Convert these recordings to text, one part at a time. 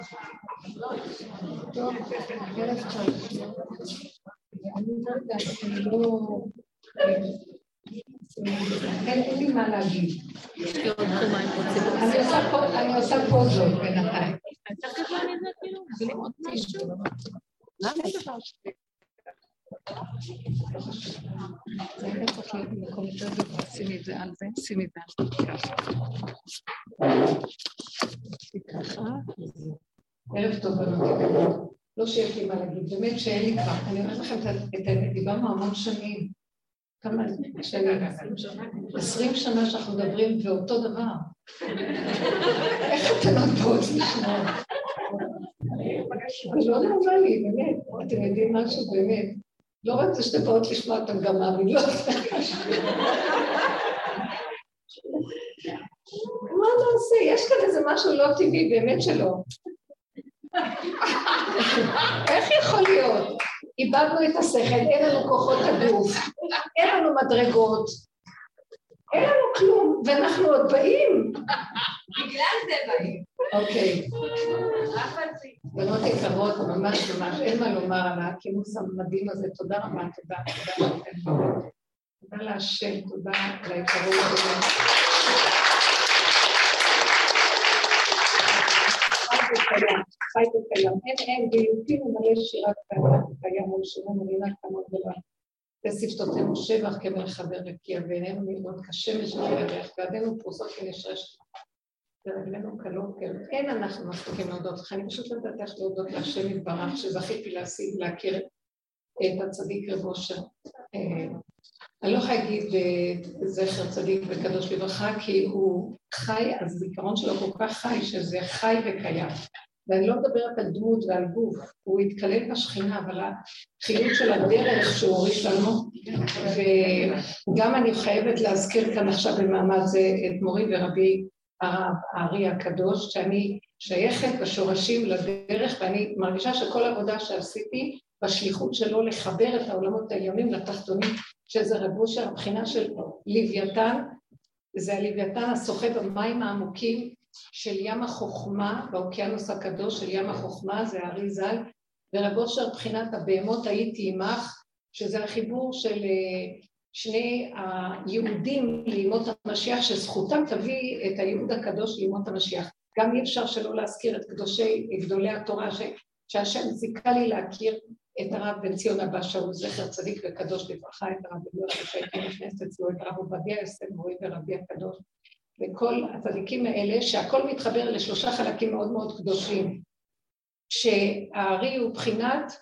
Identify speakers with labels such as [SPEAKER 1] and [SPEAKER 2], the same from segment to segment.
[SPEAKER 1] טוב, ערב טוב. אני לא יודעת, אני לא... אין לי מה להגיד. אני עושה פוזות בינתיים.
[SPEAKER 2] תכף אני יודעת כאילו, ולמוד משהו. למה דבר שלי?
[SPEAKER 1] זה היה צריך להיות במקום יותר גבוה, שימי את זה על זה, שימי את זה על זה. ככה. ערב טוב בנות. לא שיש לי מה להגיד, באמת שאין לי כבר. אני אומרת לכם את האמת, דיברנו המון שנים. כמה שנים? 20 שנה שאנחנו מדברים ואותו דבר. איך אתן עוד באות לשמוע? זה לא נורמלי, באמת. אתם יודעים משהו באמת. לא רק זה שאתם באות לשמוע, אתם גם מאמינות. מה נעשה? יש כאן איזה משהו לא טבעי, באמת שלא. איך יכול להיות? איבדנו את השכל, אין לנו כוחות הגוף, אין לנו מדרגות, אין לנו כלום, ואנחנו עוד באים.
[SPEAKER 3] בגלל זה באים.
[SPEAKER 1] אוקיי. בנות יקרות, ממש ממש, אין מה לומר על הכינוס המדהים הזה. תודה רבה, תודה, תודה. תודה להשם, תודה על היקרות הזה. חי וקיים, אין, ביוטים ומלא שירת קיים מול שירה מרינה כמות ולא. ושפתותינו שבח כמרחבר רקיע, ועינינו נראות כשמש וכירח, ועדינו פרוסות כנשרש, ורגלינו קלות כאלה. אין אנחנו מספיקים להודות לך, אני פשוט לא יודעת איך להודות להשם יתברך, שזכיתי להכיר את הצדיק רב אושר. אני לא יכולה להגיד זכר צדיק וקדוש לברכה, כי הוא חי, הזיכרון שלו כל כך חי, שזה חי וקיים. ואני לא מדברת על דמות ועל גוף, הוא התקלל בשכינה, אבל החילוק של הדרך שהוא הוריש לנו, וגם אני חייבת להזכיר כאן עכשיו במעמד זה את מורי ורבי הרב הארי הקדוש, שאני שייכת בשורשים לדרך, ואני מרגישה שכל עבודה שעשיתי, בשליחות שלו לחבר את העולמות העליונים לתחתונים, שזה רב אושר, הבחינה של לוויתן, זה הלוויתן השוחה במים העמוקים של ים החוכמה, באוקיינוס הקדוש של ים החוכמה, זה הארי ז"ל, ורב אושר בחינת הבהמות הייתי עמך, שזה החיבור של שני היהודים לימות המשיח, שזכותם תביא את היהוד הקדוש לימות המשיח. גם אי אפשר שלא להזכיר את גדולי התורה, שהשם זיכה לי להכיר את הרב בן ציון אבא שאול, זכר צדיק וקדוש לברכה, את הרב בן יוסף שהייתי נכנסת אצלו, את הרב עובדיה יוסף, מורי ורבי הקדוש, וכל הצדיקים האלה, שהכל מתחבר לשלושה חלקים מאוד מאוד קדושים, שהארי הוא בחינת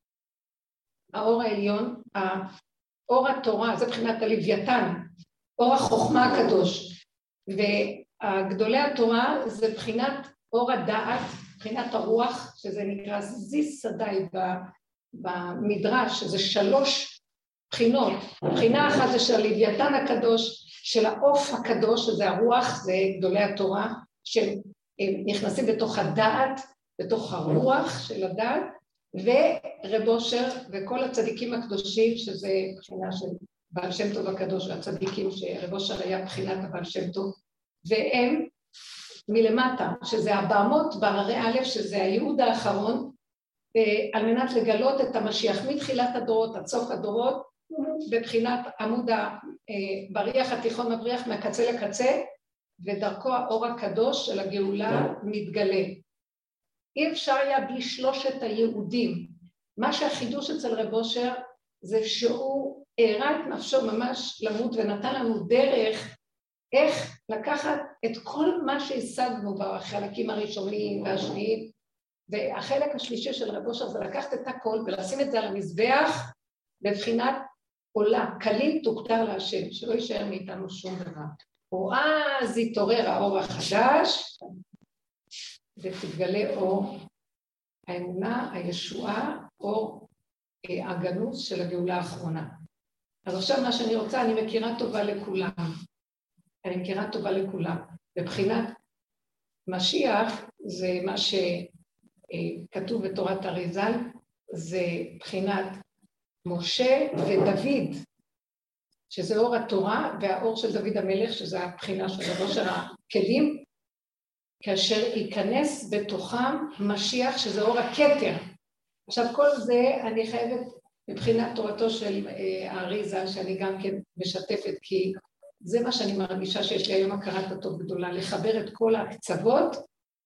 [SPEAKER 1] האור העליון, אור התורה, זה בחינת הלוויתן, אור החוכמה הקדוש, והגדולי התורה זה בחינת אור הדעת, בחינת הרוח, שזה נקרא זיס סדאי במדרש, שזה 3 בחינות. בחינה אחת זה של הלוויתן הקדוש, של העוף הקדוש, שזה הרוח, זה גדולי התורה, שנכנסים בתוך הדעת, בתוך הרוח של הדעת, ורב אושר וכל הצדיקים הקדושים, שזה בחינה של בעל שם טוב הקדוש, והצדיקים שרב אושר היה בחינת הבעל שם טוב, והם מלמטה, שזה הבעמות בררי א', שזה הייעוד האחרון, על מנת לגלות את המשיח מתחילת הדורות עד סוף הדורות, בבחינת עמוד הבריח התיכון מבריח מהקצה לקצה, ודרכו האור הקדוש של הגאולה מתגלה. אי אפשר היה בלי 3 הייעודים. מה שהחידוש אצל רב אושר זה שהוא הראה את נפשו ממש למות ונתן לנו דרך איך לקחת את כל מה שהשגנו בחלקים הראשונים והשניים, והחלק השלישי של רב אושר זה לקחת את הכל ולשים את זה על המזבח בבחינת עולה, כליל תוכתר להשם, שלא יישאר מאיתנו שום דבר. ואז יתעורר האור החדש, ותתגלה אור האמונה, הישועה, אור הגנוז של הגאולה האחרונה. אז עכשיו מה שאני רוצה, אני מכירה טובה לכולם. אני מכירה טובה לכולם. בבחינת משיח, זה מה שכתוב בתורת הארי ז"ל, זה בחינת משה ודוד, שזה אור התורה, והאור של דוד המלך, שזה הבחינה של רב אושר הכלים, כאשר ייכנס בתוכם משיח שזה אור הכתר. עכשיו כל זה אני חייבת מבחינת תורתו של האריזה, שאני גם כן משתפת, כי זה מה שאני מרגישה שיש לי היום הכרת הטוב גדולה, לחבר את כל הקצוות,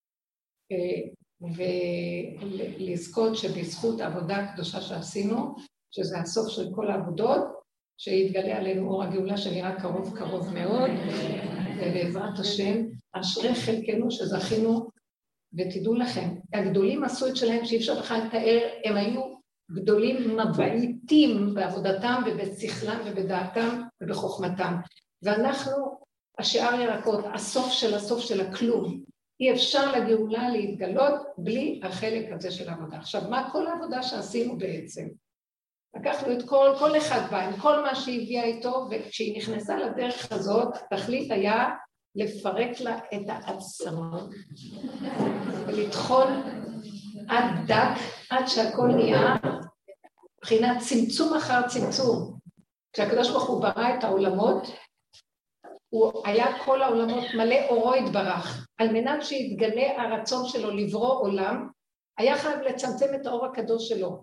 [SPEAKER 1] ולזכות שבזכות העבודה הקדושה שעשינו, שזה הסוף של כל העבודות, שיתגלה עלינו אור הגאולה שנראה קרוב קרוב מאוד, ובעזרת השם, אשרי חלקנו שזכינו, ותדעו לכם, הגדולים עשו את שלהם שאי אפשר בכלל לתאר, הם היו גדולים מבעיתים בעבודתם ובשכלם ובדעתם ובחוכמתם. ואנחנו, השאר ירקות, הסוף של הכלום. אי אפשר לגאולה להתגלות בלי החלק הזה של העבודה. עכשיו, מה כל העבודה שעשינו בעצם? לקחנו את כל אחד בה, עם כל מה שהביאה איתו, וכשהיא נכנסה לדרך הזאת, התכלית היה לפרק לה את העצמות, ולטחון עד דק, עד שהכל נהיה מבחינת צמצום אחר צמצום. כשהקדוש ברוך הוא ברא את העולמות, הוא היה כל העולמות מלא אורו התברך, על מנת שיתגלה הרצון שלו לברוא עולם, היה חייב לצמצם את האור הקדוש שלו.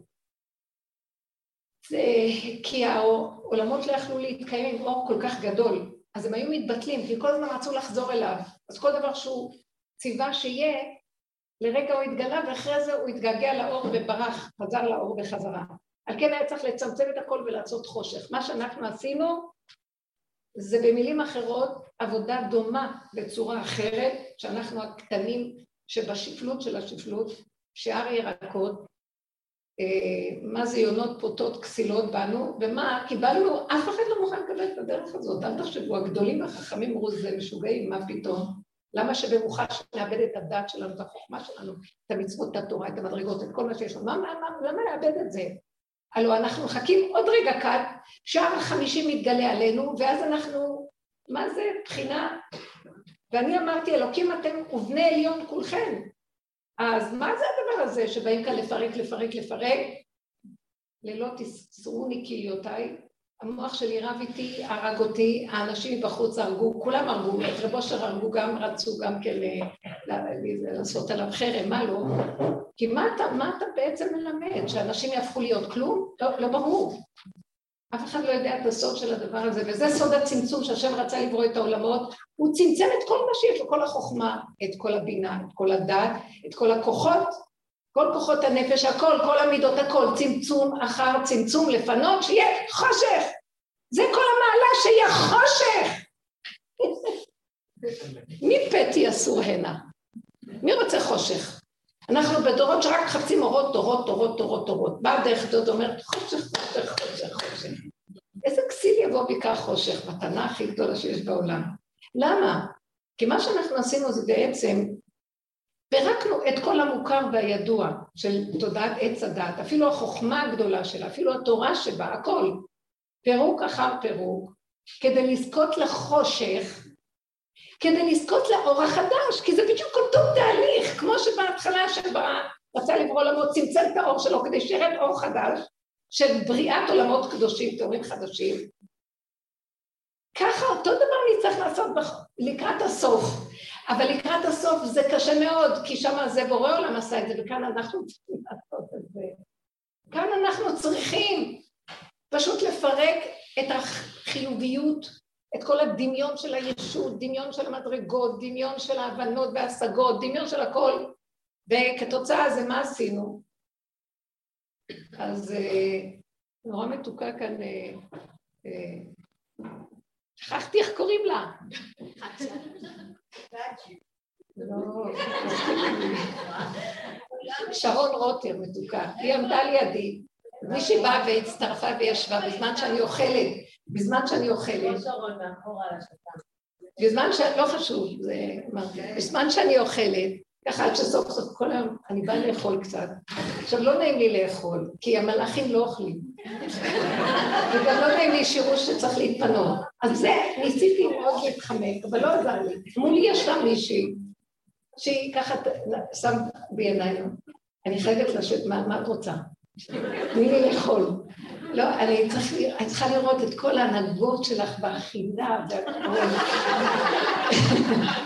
[SPEAKER 1] כי העולמות לא יכלו להתקיים עם אור כל כך גדול, אז הם היו מתבטלים, כי כל הזמן רצו לחזור אליו. אז כל דבר שהוא ציווה שיהיה, לרגע הוא התגלה, ואחרי זה הוא התגעגע לאור וברח, חזר לאור בחזרה. על כן היה צריך לצמצם את הכל ולעשות חושך. מה שאנחנו עשינו, זה במילים אחרות עבודה דומה בצורה אחרת, שאנחנו הקטנים שבשפלות של השפלות, שאר ירקות, מה זה יונות פוטות כסילות בנו, ומה קיבלנו, אף אחד לא מוכן לקבל את הדרך הזאת, אל תחשבו, הגדולים והחכמים אמרו זה משוגעים, מה פתאום? למה שבמוחש נאבד את הדת שלנו, את החוכמה שלנו, את המצוות, את התורה, את המדרגות, את כל מה שיש לנו, למה לאבד את זה? הלוא אנחנו מחכים עוד רגע כאן, שער 50 מתגלה עלינו, ואז אנחנו, מה זה בחינה? ואני אמרתי, אלוקים אתם ובני עליון כולכם, אז מה זה הדבר הזה שבאים כאן לפרק? ללא תסרוני כליותיי, המוח שלי רב איתי, הרג אותי, האנשים מבחוץ הרגו, כולם הרגו, את רב אושר הרגו גם, רצו גם כן לעשות עליו חרם, מה לא? כי מה אתה בעצם מלמד? שאנשים יהפכו להיות כלום? לא ברור. אף אחד לא יודע את הסוד של הדבר הזה, וזה סוד הצמצום שהשם רצה לברוא את העולמות, הוא צמצם את כל מה שיש לו, כל החוכמה, את כל הבינה, את כל הדעת, את כל הכוחות, כל כוחות הנפש, הכל, כל המידות, הכל, צמצום אחר צמצום, לפנות, שיהיה חושך. זה כל המעלה, שיהיה חושך. מי פתי אסור הנה? מי רוצה חושך? אנחנו בדורות שרק חפשים אורות. באה דרך זאת אומרת, חושך. איזה כסיל יבוא ביקח חושך, מתנה הכי גדולה שיש בעולם. למה? כי מה שאנחנו עשינו זה בעצם, פירקנו את כל המוכר והידוע של תודעת עץ הדעת, אפילו החוכמה הגדולה שלה, אפילו התורה שבה, הכל. פירוק אחר פירוק, כדי לזכות לחושך, כדי לזכות לאור החדש, כי זה בדיוק אותו תהליך, כמו שבהתחלה שבה רצה לברוא עולמות, צמצם את האור שלו כדי שירד אור חדש, של בריאת עולמות קדושים, תיאורים חדשים. ככה אותו דבר אני צריך לעשות לקראת הסוף, אבל לקראת הסוף זה קשה מאוד, כי שם זה בורא עולם עשה את זה, וכאן אנחנו צריכים לעשות את זה. כאן אנחנו צריכים פשוט לפרק את החיוביות, את כל הדמיון של הישות, דמיון של המדרגות, דמיון של ההבנות וההשגות, דמיון של הכל, וכתוצאה זה מה עשינו? אז נורא מתוקה כאן, שכחתי איך קוראים לה. שרון רוטר מתוקה, היא עמדה לידי, מישהי באה והצטרפה וישבה בזמן שאני אוכלת, לא חשוב, בזמן שאני אוכלת, ככה עד שסוף סוף כל היום אני באה לאכול קצת. עכשיו לא נעים לי לאכול, כי המלאכים לא אוכלים. וגם לא נעים לי שירו שצריך להתפנות. אז זה ניסיתי מאוד להתחמק, אבל לא עזר לי. מולי ישבה מישהי, שהיא ככה שם בעיניים. אני חייבת לשבת, מה את רוצה? תני לי לאכול. לא, אני צריכה לראות את כל ההנהגות שלך באכילה,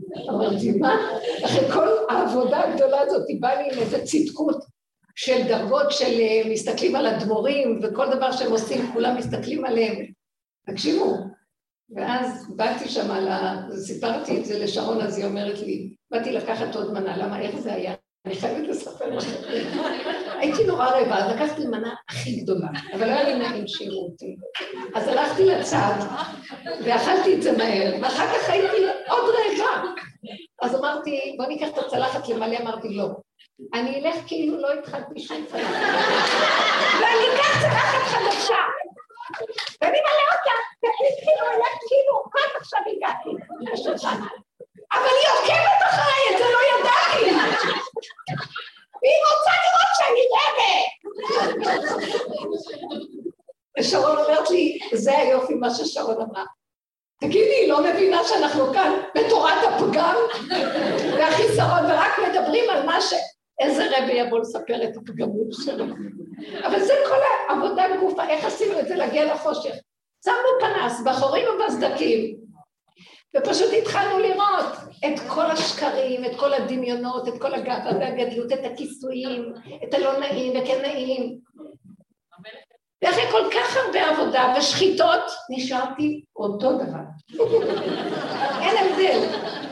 [SPEAKER 1] אמרתי, מה? אחרי כל העבודה הגדולה הזאת, היא באה לי עם איזו צדקות של דרגות של מסתכלים על הדמורים, וכל דבר שהם עושים, כולם מסתכלים עליהם. תקשיבו. ואז באתי שם סיפרתי את זה לשרון, אז היא אומרת לי, באתי לקחת עוד מנה, למה, איך זה היה? אני חייבת לספר לכם. הייתי נורא רעבה, אז לקחתי מנה הכי גדולה, אבל לא היה לי נעים שיראו אותי. אז הלכתי לצד, ואכלתי את זה מהר, ואחר כך הייתי עוד רעבה. אז אמרתי, בוא ניקח את הצלחת למלא, אמרתי, לא. אני אלך כאילו לא התחלתי שום צלחת. ואני אקח צלחת חדשה. ואני מלא אותה, ואני כאילו, רק עכשיו הגעתי. אבל היא עוקבת אחריי, את זה לא ידעתי. והיא רוצה לראות שאני רבת. ושרון אומרת לי, זה היופי מה ששרון אמרה. תגידי, היא לא מבינה שאנחנו כאן בתורת הפגם והחיסרון, ורק מדברים על מה איזה רבי יבוא לספר את הפגמות שלו. אבל זה כל העבודה גופה, איך עשינו את זה להגיע לחושך? שמנו פנס בחורים ובסדקים, ופשוט התחלנו לראות את כל השקרים, את כל הדמיונות, את כל הגאווה והגדלות, את הכיסויים, את הלא נעים וכן נעים. ואחרי כל כך הרבה עבודה ושחיטות, נשארתי אותו דבר. אין הבדל.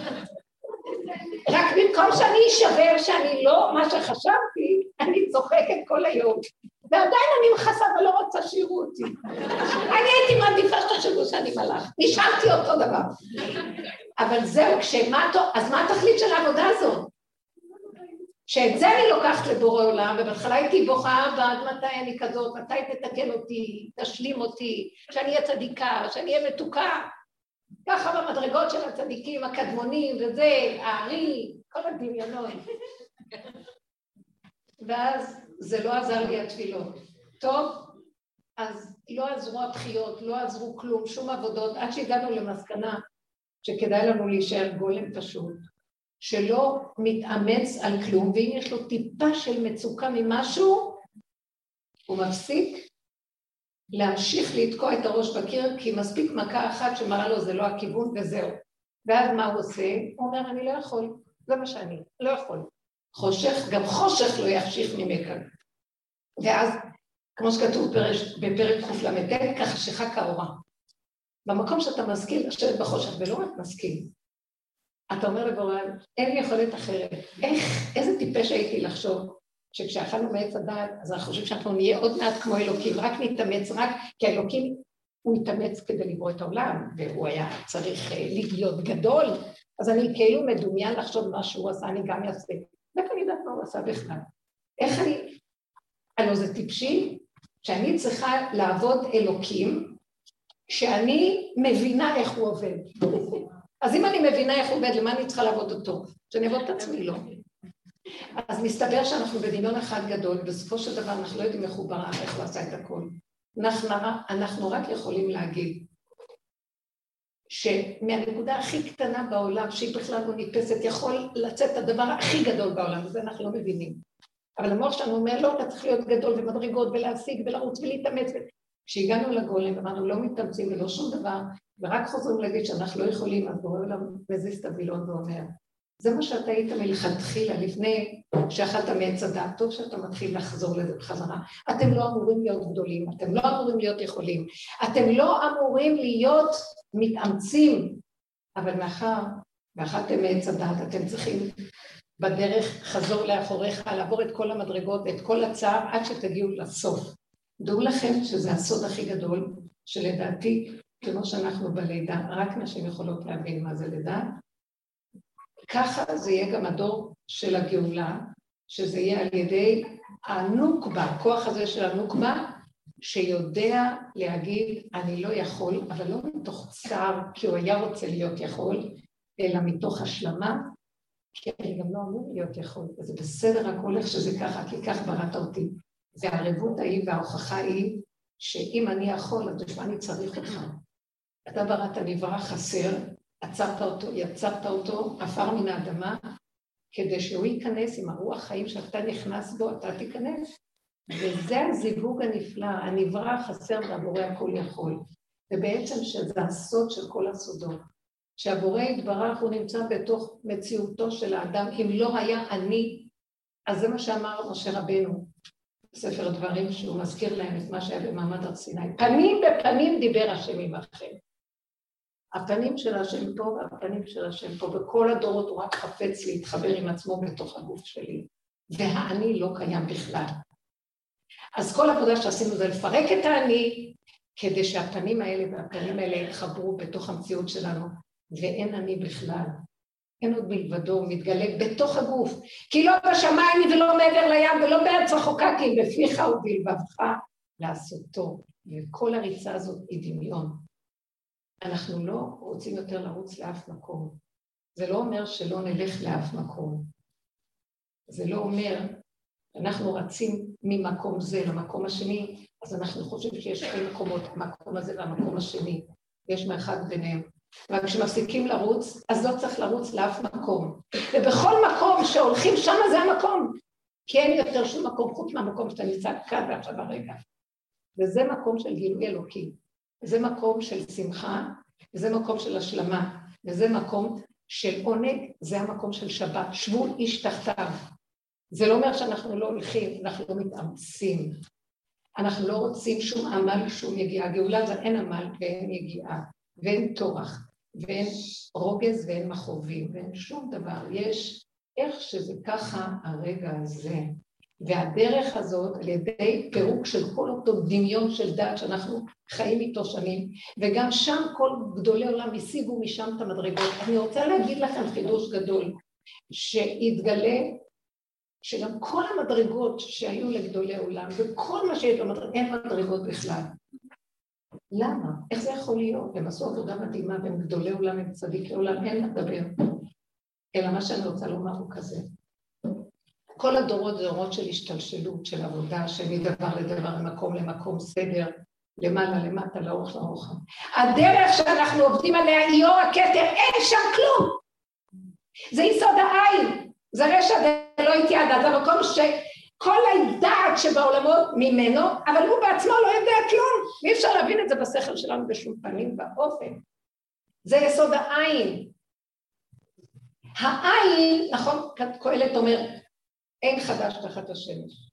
[SPEAKER 1] רק במקום שאני אשבר שאני לא מה שחשבתי, אני צוחקת כל היום. ועדיין אני מכסה ולא רוצה שיראו אותי. אני הייתי מעדיפה שתחשבו שאני מלאך. נשארתי אותו דבר. אבל זהו, אז מה התכלית של העבודה הזאת? שאת זה אני לוקחת לבורא עולם, ובהתחלה הייתי בוכה בעד מתי אני כזאת, מתי תתקן אותי, תשלים אותי, שאני אהיה צדיקה, שאני אהיה מתוקה. ככה במדרגות של הצדיקים, הקדמונים וזה, הארי, כל הדמיונות. ואז זה לא עזר לי התפילות. טוב, אז לא עזרו הבחיות, לא עזרו כלום, שום עבודות, עד שהגענו למסקנה שכדאי לנו להישאר גולם פשוט, שלא מתאמץ על כלום, ואם יש לו טיפה של מצוקה ממשהו, הוא מפסיק להמשיך לתקוע את הראש בקיר, כי מספיק מכה אחת שמראה לו זה לא הכיוון וזהו. ואז מה הוא עושה? הוא אומר, אני לא יכול, זה מה שאני, לא יכול. חושך, גם חושך לא יחשיך ממך. ואז, כמו שכתוב בפרק קל"ט, ככה חשיכה כאורה. במקום שאתה משכיל, לשבת בחושך, ולא רק משכיל, אתה אומר לבורא, אין לי יכולת אחרת. איזה טיפש הייתי לחשוב, שכשאכלנו מעץ הדעת, אז אנחנו חושבים שאנחנו נהיה עוד מעט כמו אלוקים, רק נתאמץ, רק כי האלוקים הוא התאמץ כדי לברוא את העולם, והוא היה צריך להיות גדול, אז אני כאילו מדומיין לחשוב מה שהוא עשה, אני גם אעשה. רק אני יודעת מה הוא עשה בכלל. איך הלוא זה טיפשי, שאני צריכה לעבוד אלוקים, שאני מבינה איך הוא עובד. אז אם אני מבינה איך הוא עובד, למה אני צריכה לעבוד אותו? שאני אעבוד את עצמי, לא. אז מסתבר שאנחנו בדמיון אחד גדול, ובסופו של דבר אנחנו לא יודעים איך הוא ברא, איך הוא עשה את הכל. אנחנו רק יכולים להגיד שמהנקודה הכי קטנה בעולם, שהיא בכלל לא נתפסת, יכול לצאת הדבר הכי גדול בעולם, וזה אנחנו לא מבינים. אבל המוח שלנו אומר, לא, אתה צריך להיות גדול ומדרגות ולהשיג ולרוץ ולהתאמץ. כשהגענו לגולם, אמרנו, לא מתאמצים ולא שום דבר, ורק חוזרים להגיד שאנחנו לא יכולים, אז בורא עולם מזיז את הווילון ואומר, זה מה שאתה היית מלכתחילה, לפני שאכלת מעץ הדעת, טוב שאתה מתחיל לחזור לזה בחזרה. אתם לא אמורים להיות גדולים, אתם לא אמורים להיות יכולים, אתם לא אמורים להיות מתאמצים, אבל מאחר ואכלתם מעץ הדעת, אתם צריכים בדרך חזור לאחוריך, לעבור את כל המדרגות, את כל הצער, עד שתגיעו לסוף. דעו לכם שזה הסוד הכי גדול, שלדעתי, כמו שאנחנו בלידה, רק נשים יכולות להבין מה זה לידה, ככה זה יהיה גם הדור של הגאולה, שזה יהיה על ידי הנוקבה, הכוח הזה של הנוקבה, שיודע להגיד, אני לא יכול, אבל לא מתוך צער, כי הוא היה רוצה להיות יכול, אלא מתוך השלמה, כי אני גם לא אמור להיות יכול, וזה בסדר הכל איך שזה ככה, כי כך בראת אותי. והערבות ההיא וההוכחה היא, שאם אני יכול, אז בשביל אני צריך אותך. אתה בראת נברא חסר, עצרת אותו, יצרת אותו, עפר מן האדמה, כדי שהוא ייכנס עם הרוח חיים שאתה נכנס בו, אתה תיכנס. וזה הזיווג הנפלא, הנברא חסר והבורא הכל יכול. ובעצם שזה הסוד של כל הסודות, שהבורא יתברך הוא נמצא בתוך מציאותו של האדם, אם לא היה אני, אז זה מה שאמר משה רבנו, בספר דברים, שהוא מזכיר להם את מה שהיה במעמד הר סיני. פנים בפנים דיבר השם עמכם. הפנים של השם פה והפנים של השם פה, בכל הדורות הוא רק חפץ להתחבר עם עצמו בתוך הגוף שלי, והאני לא קיים בכלל. אז כל עבודה שעשינו זה לפרק את האני, כדי שהפנים האלה והפנים האלה יתחברו בתוך המציאות שלנו, ואין אני בכלל. אין עוד מלבדו, מתגלה בתוך הגוף, כי לא בשמיים ולא מעבר לים ולא בארץ רחוקה, כי בפיך ובלבבך לעשותו. וכל הריצה הזאת היא דמיון. אנחנו לא רוצים יותר לרוץ לאף מקום. זה לא אומר שלא נלך לאף מקום. זה לא אומר, אנחנו רצים ממקום זה למקום השני, אז אנחנו חושבים שיש שתי מקומות, המקום הזה והמקום השני. יש מרחק ביניהם. אבל כשמפסיקים לרוץ, אז לא צריך לרוץ לאף מקום. ובכל מקום שהולכים שם זה המקום. כי אין יותר שום מקום חוץ מהמקום שאתה נמצא כאן ועכשיו הרגע. וזה מקום של גילוי אלוקי. זה מקום של שמחה, וזה מקום של השלמה, וזה מקום של עונג, זה המקום של שבת. שבו איש תחתיו. זה לא אומר שאנחנו לא הולכים, אנחנו לא מתאמצים. אנחנו לא רוצים שום עמל, שום יגיעה. גאולה זה אין עמל ואין יגיעה. ואין תורח, ואין רוגז ואין מחובים, ואין שום דבר. יש איך שזה ככה הרגע הזה. והדרך הזאת, על ידי פירוק של כל אותו דמיון של דת שאנחנו חיים איתו שנים, וגם שם כל גדולי עולם השיגו משם את המדרגות. אני רוצה להגיד לכם חידוש גדול, שהתגלה, שגם כל המדרגות שהיו לגדולי עולם, וכל מה שיש במדרגות, אין מדרגות בכלל. למה? איך זה יכול להיות? הם עשו עבודה מדהימה, והם גדולי עולם, הם צדיקי עולם, אין לדבר. אלא מה שאני רוצה לומר הוא כזה. כל הדורות זה דורות של השתלשלות, של עבודה, של מדבר לדבר, ממקום למקום, סדר, למעלה, למטה, לאורך, לרוחב. הדרך שאנחנו עובדים עליה היא אור הכתר, אין שם כלום. זה יסוד העין, זה רשע ולא התייעדה, זה המקום כל הדעת שבעולמות ממנו, אבל הוא בעצמו לא יודע כלום. ואי אפשר להבין את זה בשכל שלנו בשום פנים באופן. זה יסוד העין. העין, נכון, קהלת אומר, אין חדש תחת השמש.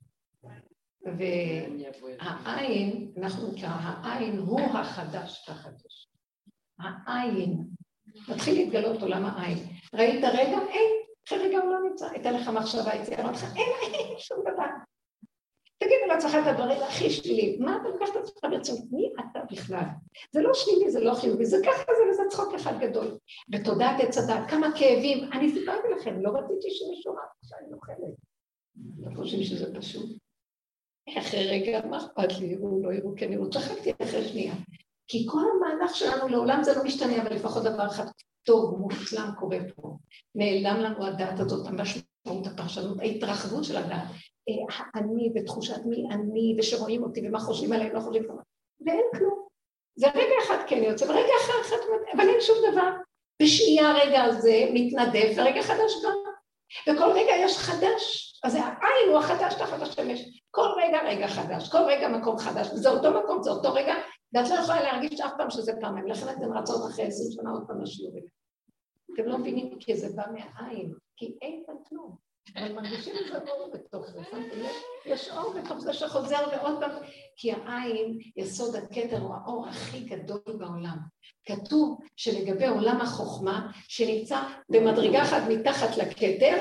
[SPEAKER 1] והעין, אנחנו נקרא, העין הוא החדש תחת השמש. העין. מתחיל להתגלות עולם העין. ראית רגע? אין. אחרי רגע הוא לא נמצא, הייתה לך מחשבה, יציאה, אמרת לך, אין שום דבר. תגידו לעצמך את הדברים הכי שליליים, מה אתה לקחת את עצמך ברצינות? מי אתה בכלל? זה לא שלילי, זה לא חיובי, זה ככה זה וזה צחוק אחד גדול. בתודעת הצדה, כמה כאבים, אני סיפרתי לכם, לא רציתי שמישהו רע, שאני נוחלת. אתם חושבים שזה פשוט? אחרי רגע, מה אכפת לי? יראו, לא יראו, כן יראו, צחקתי אחרי שנייה. כי כל המהלך שלנו לעולם זה לא משתנה, אבל לפחות דבר אחד טוב, מושלם קורה פה. נעלם לנו הדעת הזאת, המשמעות, הפרשנות, ההתרחבות של הדעת. אני ותחושת מי אני, ושרואים אותי ומה חושבים עליהם, לא חושבים עליהם. ואין כלום. זה רגע אחד כן יוצא, ורגע אחד, אבל אין שום דבר. בשנייה הרגע הזה מתנדף, ורגע חדש גם. וכל רגע יש חדש. אז העין הוא החדש תחת השמש. כל רגע חדש, כל רגע מקום חדש. וזה אותו מקום, זה אותו רגע. ואת לא יכולה להרגיש אף פעם שזה פעמיים. לכן אתן רצות אחרי 20 שנה עוד פעם לשיעורים. אתם לא מבינים כי זה בא מהעין. כי אין כאן כלום. אבל מרגישים את זה אור בתוך זה. יש אור בתוך זה שחוזר ועוד פעם. כי העין, יסוד הכתר, הוא האור הכי גדול בעולם. כתוב שלגבי עולם החוכמה, שנמצא במדרגה אחת מתחת לכתר,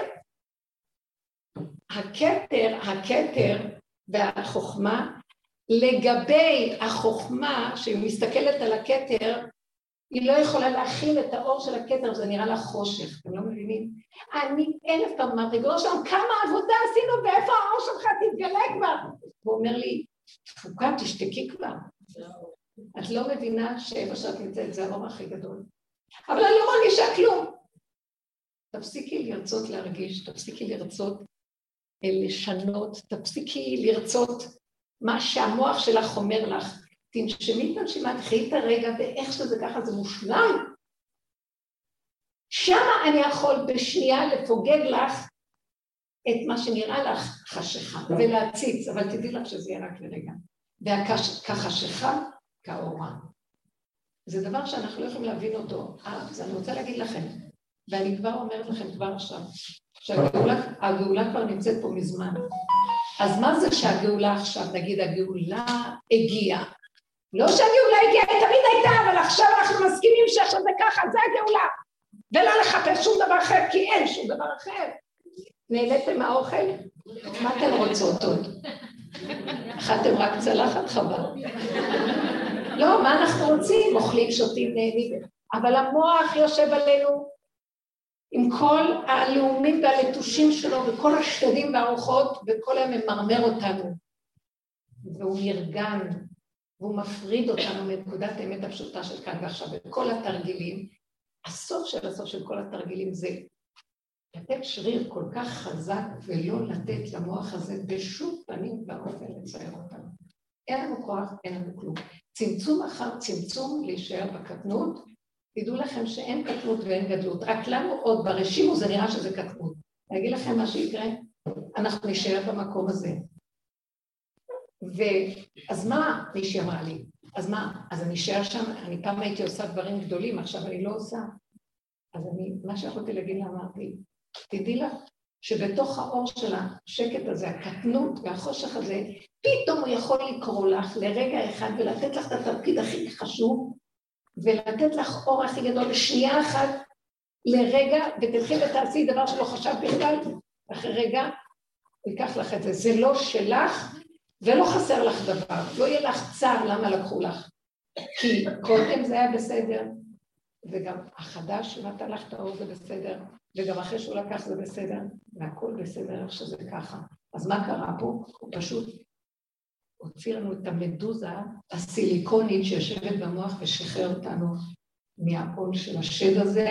[SPEAKER 1] הכתר והחוכמה, לגבי החוכמה, שהיא מסתכלת על הכתר, היא לא יכולה להכיל את האור של הכתר, זה נראה לה חושך, אתם לא מבינים? אני 1000 פעם ריבונו שלום, כמה עבודה עשינו, ואיפה האור שלך תתגלה כבר? הוא אומר לי, תפוקה, תשתקי כבר. את לא מבינה שאיפה שאת נמצאת, זה האור הכי גדול. אבל אני לא מרגישה כלום. תפסיקי לרצות להרגיש, תפסיקי לרצות לשנות, תפסיקי לרצות מה שהמוח שלך אומר לך. תנשמי את הנשימה, תחי את הרגע, ואיך שזה ככה זה מושלם. שמה אני יכול בשנייה לפוגג לך את מה שנראה לך חשיכה, ולהציץ, אבל תדעי לך שזה יהיה רק לרגע. וכחשיכה, כאורה. זה דבר שאנחנו לא יכולים להבין אותו. אז אני רוצה להגיד לכם, ואני כבר אומרת לכם כבר עכשיו, שהגאולה כבר נמצאת פה מזמן. אז מה זה שהגאולה עכשיו, נגיד הגאולה הגיעה? לא שהגאולה הגיעה, היא תמיד הייתה, אבל עכשיו אנחנו מסכימים שעכשיו זה ככה, זה הגאולה. ולא לחפש שום דבר אחר, כי אין שום דבר אחר. נהניתם מהאוכל? מה אתם רוצות עוד? אכלתם רק צלחת חבל. לא, מה אנחנו רוצים? אוכלים, שותים, נהנים. אבל המוח יושב עלינו עם כל הלאומים והלטושים שלו, וכל השדים והרוחות, וכל היום ממרמר אותנו. והוא נרגן, והוא מפריד אותנו מנקודת האמת הפשוטה של כאן ועכשיו. וכל התרגילים, הסוף של כל התרגילים זה לתת שריר כל כך חזק, ולא לתת למוח הזה בשום פנים ואופן לצייר אותנו. אין לנו כוח, אין לנו כלום. צמצום אחר צמצום להישאר בקטנות, תדעו לכם שאין קטנות ואין גדלות, רק לנו עוד ברשימו זה נראה שזה קטנות. אני אגיד לכם מה שיקרה, אנחנו נשאר במקום הזה. אז מה מישהי אמרה לי? אז מה? אז אני אשאר שם, אני פעם הייתי עושה דברים גדולים, עכשיו אני לא עושה. אז מה שיכולתי להגיד לה, אמרתי, תדעי לך שבתוך האור של השקט הזה, הקטנות והחושך הזה, פתאום הוא יכול לקרוא לך לרגע אחד ולתת לך את התפקיד הכי חשוב, ולתת לך אור הכי גדול לשנייה אחת, לרגע, ותלכי ותעשי דבר שלא חשב בכלל, אחרי רגע, ויקח לך את זה. זה לא שלך, ולא חסר לך דבר, לא יהיה לך צער למה לקחו לך. כי קודם זה היה בסדר, וגם החדש שנתן לך את האור זה בסדר, וגם אחרי שהוא לקח זה בסדר, והכל בסדר איך שזה ככה. אז מה קרה פה? הוא פשוט הוציא לנו את המדוזה הסיליקונית שיושבת במוח ושחרר אותנו מהעול של השד הזה,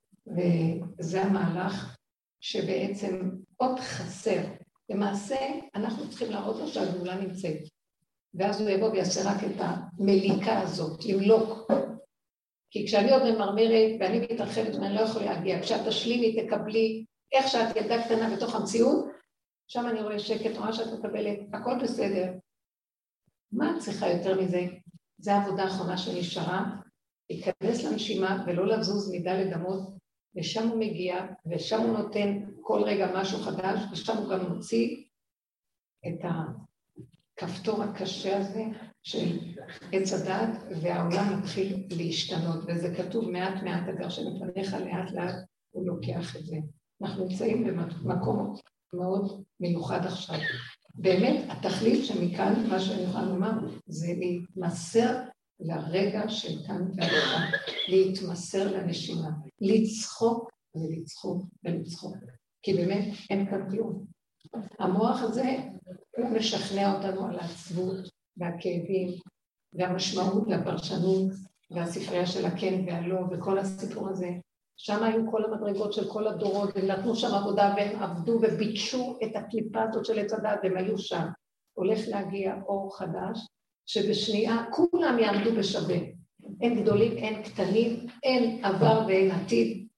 [SPEAKER 1] וזה המהלך שבעצם עוד חסר. למעשה אנחנו צריכים להראות לו שהגאולה נמצאת, ואז הוא יבוא ויעשה רק את המליקה הזאת, למלוק. כי כשאני עוד ממרמרת ואני מתרחבת ואני לא יכולה להגיע, כשאת תשלימי תקבלי איך שאת ילדה קטנה בתוך המציאות, שם אני רואה שקט, רואה שאת מקבלת, הכל בסדר. מה את צריכה יותר מזה? זו העבודה האחרונה שנשארה, להיכנס לנשימה ולא לזוז מידה לדמות, ושם הוא מגיע, ושם הוא נותן כל רגע משהו חדש, ושם הוא גם מוציא את הכפתור הקשה הזה של עץ הדת, והעולם מתחיל להשתנות, וזה כתוב מעט מעט אגר שמפניך לאט לאט הוא לוקח את זה. אנחנו נמצאים במקום מאוד מיוחד עכשיו. באמת, התכלית שמכאן, מה שאני יכולה לומר, זה להתמסר לרגע של כאן ועכשיו, להתמסר לנשימה, לצחוק ולצחוק ולצחוק, כי באמת אין כאן כלום. המוח הזה הוא משכנע אותנו על העצבות והכאבים והמשמעות והפרשנות והספרייה של הכן והלא וכל הסיפור הזה. שם היו כל המדרגות של כל הדורות, והם נתנו שם עבודה והם עבדו וביטשו את הקליפה הזאת של עץ הדת, והם היו שם. הולך להגיע אור חדש, שבשנייה כולם יעמדו בשווה. אין גדולים, אין קטנים, אין עבר ואין עתיד,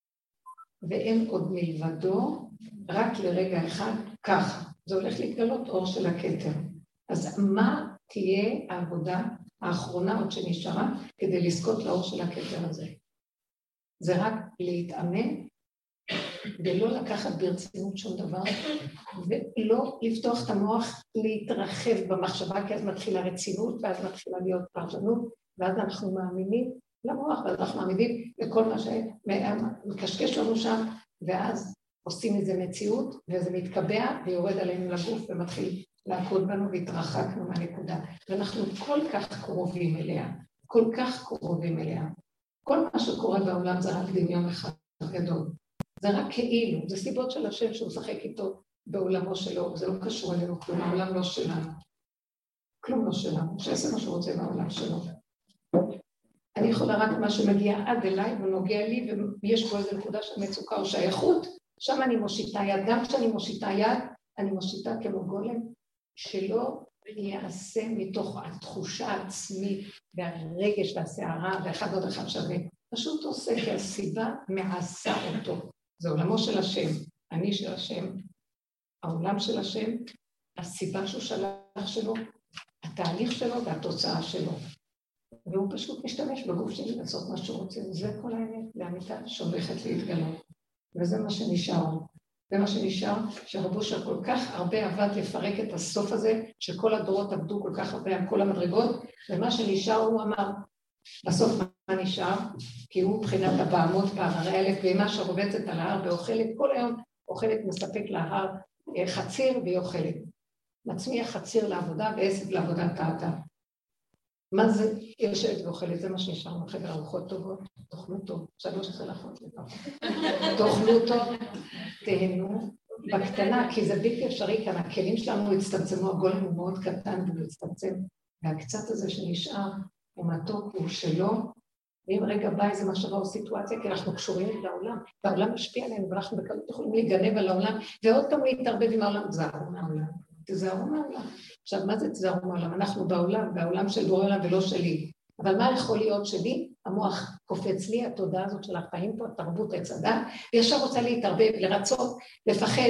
[SPEAKER 1] ואין עוד מלבדו, רק לרגע אחד ככה. זה הולך להתגלות אור של הכתר. אז מה תהיה העבודה האחרונה עוד שנשארה כדי לזכות לאור של הכתר הזה? זה רק להתאמן ולא לקחת ברצינות שום דבר, ולא לפתוח את המוח להתרחב במחשבה, כי אז מתחילה רצינות, ואז מתחילה להיות פרשנות, ואז אנחנו מאמינים למוח, ואז אנחנו מאמינים לכל מה שמקשקש לנו שם, ואז עושים איזה מציאות, וזה מתקבע ויורד עלינו לגוף, ומתחיל להכות בנו והתרחקנו מהנקודה. ואנחנו כל כך קרובים אליה, כל כך קרובים אליה. כל מה שקורה בעולם זה רק דמיון אחד גדול. זה רק כאילו, זה סיבות של השם שהוא משחק איתו בעולמו שלו, זה לא קשור אלינו כלום, העולם לא שלנו. כלום לא שלנו, שעשה מה שהוא רוצה בעולם שלו. אני יכולה רק מה שמגיע עד אליי ונוגע לי, ויש פה איזו נקודה של מצוקה או שייכות, שם אני מושיטה יד, גם כשאני מושיטה יד, אני מושיטה כמו גולם, שלא יעשה מתוך התחושה העצמית והרגש והשערה ואחד עוד אחד שווה. פשוט עושה כי הסיבה מעשה אותו. זה עולמו של השם, אני של השם, העולם של השם, הסיבה שהוא שלח שלו, התהליך שלו והתוצאה שלו. והוא פשוט משתמש בגוף שלי לעשות מה שהוא רוצה, וזה כל האמת, לאמיתה שהולכת להתגלות. וזה מה שנשאר. זה מה שנשאר, שרב אושר כל כך הרבה עבד לפרק את הסוף הזה, שכל הדורות עבדו כל כך הרבה על כל המדרגות, ומה שנשאר הוא אמר, בסוף מה נשאר? כי הוא מבחינת הבעמות בהררי האלף, ואימה שרובצת על ההר ואוכלת, כל היום אוכלת מספק להר חציר והיא אוכלת. מצמיח חציר לעבודה ועסק לעבודת האדם. מה זה יושבת ואוכלת? זה מה שנשאר מחבר ארוחות טובות, תאכלו טוב, 3 צלחות לפחות. תאכלו טוב, תהנו בקטנה, כי זה בלתי אפשרי כאן, הכלים שלנו הצטמצמו, הגולם הוא מאוד קטן והוא הצטמצם, והקצת הזה שנשאר הוא מתוק, הוא שלו, ואם רגע בא איזה משהו או סיטואציה, כי אנחנו קשורים לעולם, והעולם משפיע עלינו, ואנחנו בקלות יכולים להיגנב על העולם, ועוד פעם להתערבב עם העולם, תזהרו מהעולם, תזהרו מהעולם. עכשיו, מה זה תזהרו מהעולם? אנחנו בעולם, בעולם של בורא עולם ולא שלי. אבל מה יכול להיות שלי? המוח קופץ לי, התודעה הזאת של החיים פה, התרבות, הצדה, וישר רוצה להתערבב, לרצות, לפחד,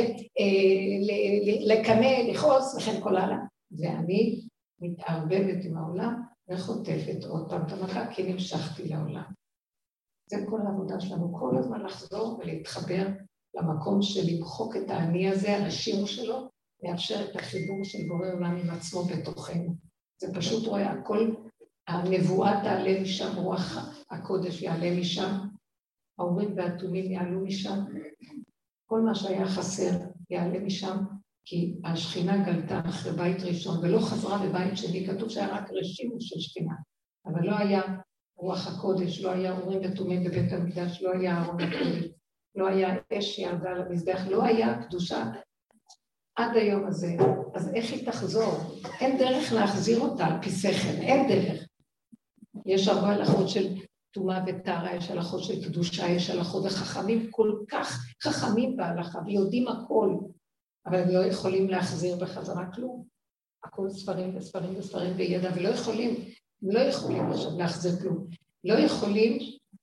[SPEAKER 1] לקנה, לכעוס, וכן כל הלאה. ואני מתערבבת עם העולם, וחוטפת עוד פעם את המכה, כי נמשכתי לעולם. זה כל העבודה שלנו, כל הזמן לחזור ולהתחבר למקום של למחוק את העני הזה, על השימוש שלו, לאפשר את החיבור של בורא עולם עם עצמו בתוכנו. זה פשוט רואה, הכל, הנבואה תעלה משם, רוח הקודש יעלה משם, האורים והתומים יעלו משם, כל מה שהיה חסר יעלה משם, כי השכינה גלתה אחרי בית ראשון, ולא חזרה בבית שני, כתוב שהיה רק רשימו של שכינה, אבל לא היה רוח הקודש, לא היה אורים ותומים בבית המקדש, לא היה ארון הקודש, לא היה אש שירדה על המזבח, לא היה קדושה עד היום הזה. אז איך היא תחזור? אין דרך להחזיר אותה על פי שכל, אין דרך. יש הרבה הלכות של טומאה וטהרה, יש הלכות של קדושה, יש הלכות החכמים, כל כך חכמים בהלכה, ויודעים הכל, אבל הם לא יכולים להחזיר בחזרה כלום. הכל ספרים וספרים וספרים וידע, ולא יכולים, הם לא יכולים עכשיו להחזיר כלום. לא יכולים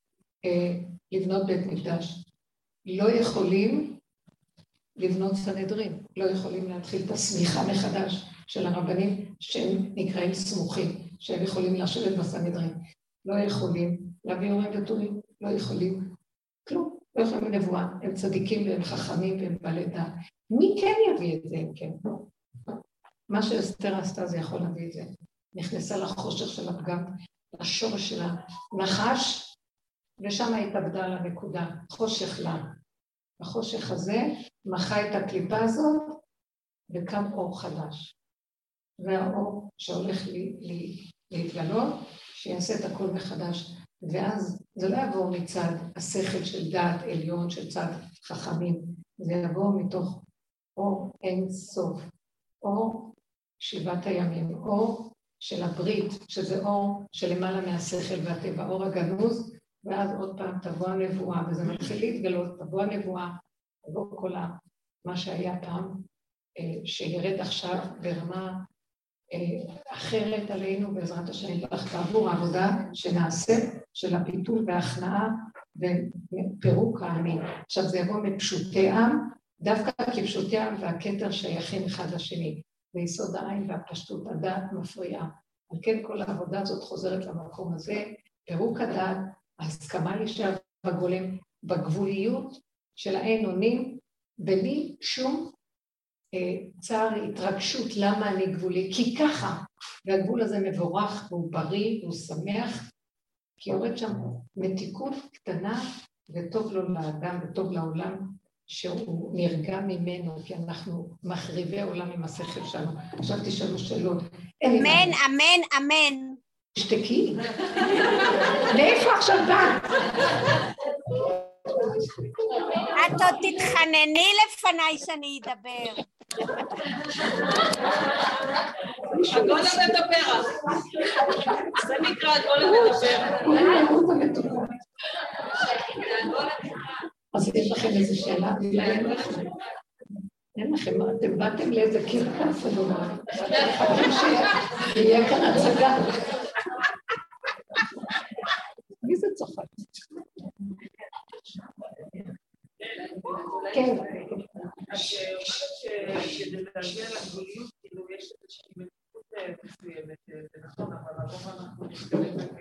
[SPEAKER 1] לבנות בית מקדש. לא יכולים לבנות סנהדרין. לא יכולים להתחיל את הסמיכה מחדש של הרבנים שהם נקראים סמוכים, שהם יכולים לשבת בסנהדרין. לא יכולים להביא אורים ותומים, לא יכולים כלום. לא יכולים לנבואה, הם צדיקים והם חכמים והם בעלי דעת. מי כן יביא את זה, אם כן? מה שאסתר עשתה זה יכול להביא את זה. נכנסה לחושך של הפגם, לשורש שלה, נחש, ושם התאבדה על הנקודה, חושך לה. החושך הזה מחה את הקליפה הזאת, וקם אור חדש. והאור שהולך להתגלות, שיעשה את הכל מחדש. ואז זה לא יבוא מצד השכל של דעת עליון, של צד חכמים, זה יבוא מתוך אור אין סוף, אור 7 הימים, אור של הברית, שזה אור שלמעלה מהשכל והטבע, אור הגנוז, ואז עוד פעם תבוא הנבואה, וזה מתחיל להתגלות, תבוא הנבואה, תבוא כל מה שהיה פעם, שירד עכשיו ברמה אחרת עלינו, בעזרת השם, תעבור העבודה שנעשה, של הפיתול וההכנעה ופירוק העמים. עכשיו זה יבוא מפשוטי עם, דווקא כפשוטי עם והכתר שייכים אחד לשני, ויסוד העין והפשטות הדעת מפריעה. על כן כל העבודה הזאת חוזרת למקום הזה, פירוק הדעת, ההסכמה להישאר בגולם, בגבוליות של האין אונים, בלי שום צער, התרגשות, למה אני גבולי? כי ככה, והגבול הזה מבורך והוא בריא והוא שמח, כי יורד שם מתיקות קטנה וטוב לו לאדם וטוב לעולם שהוא נרגע ממנו, כי אנחנו מחריבי עולם עם השכל שלנו. עכשיו תשאלו שאלות.
[SPEAKER 4] אמן, אמן, אמן.
[SPEAKER 1] תשתקי. מאיפה עכשיו באת?
[SPEAKER 4] את עוד תתחנני לפניי שאני אדבר.
[SPEAKER 2] הגולם מדבר. זה נקרא הגולם מדבר.
[SPEAKER 1] אז יש לכם איזו שאלה? אין לכם, אתם באתם לאיזה קרקס, אני אומרת. חברים שיהיה כאן הצגה. מי זה צוחק? כן.
[SPEAKER 5] כדי להגיע לגבוליות, כאילו יש איזושהי מתיקות מסוימת, זה נכון, אבל הרוב אנחנו נשתלם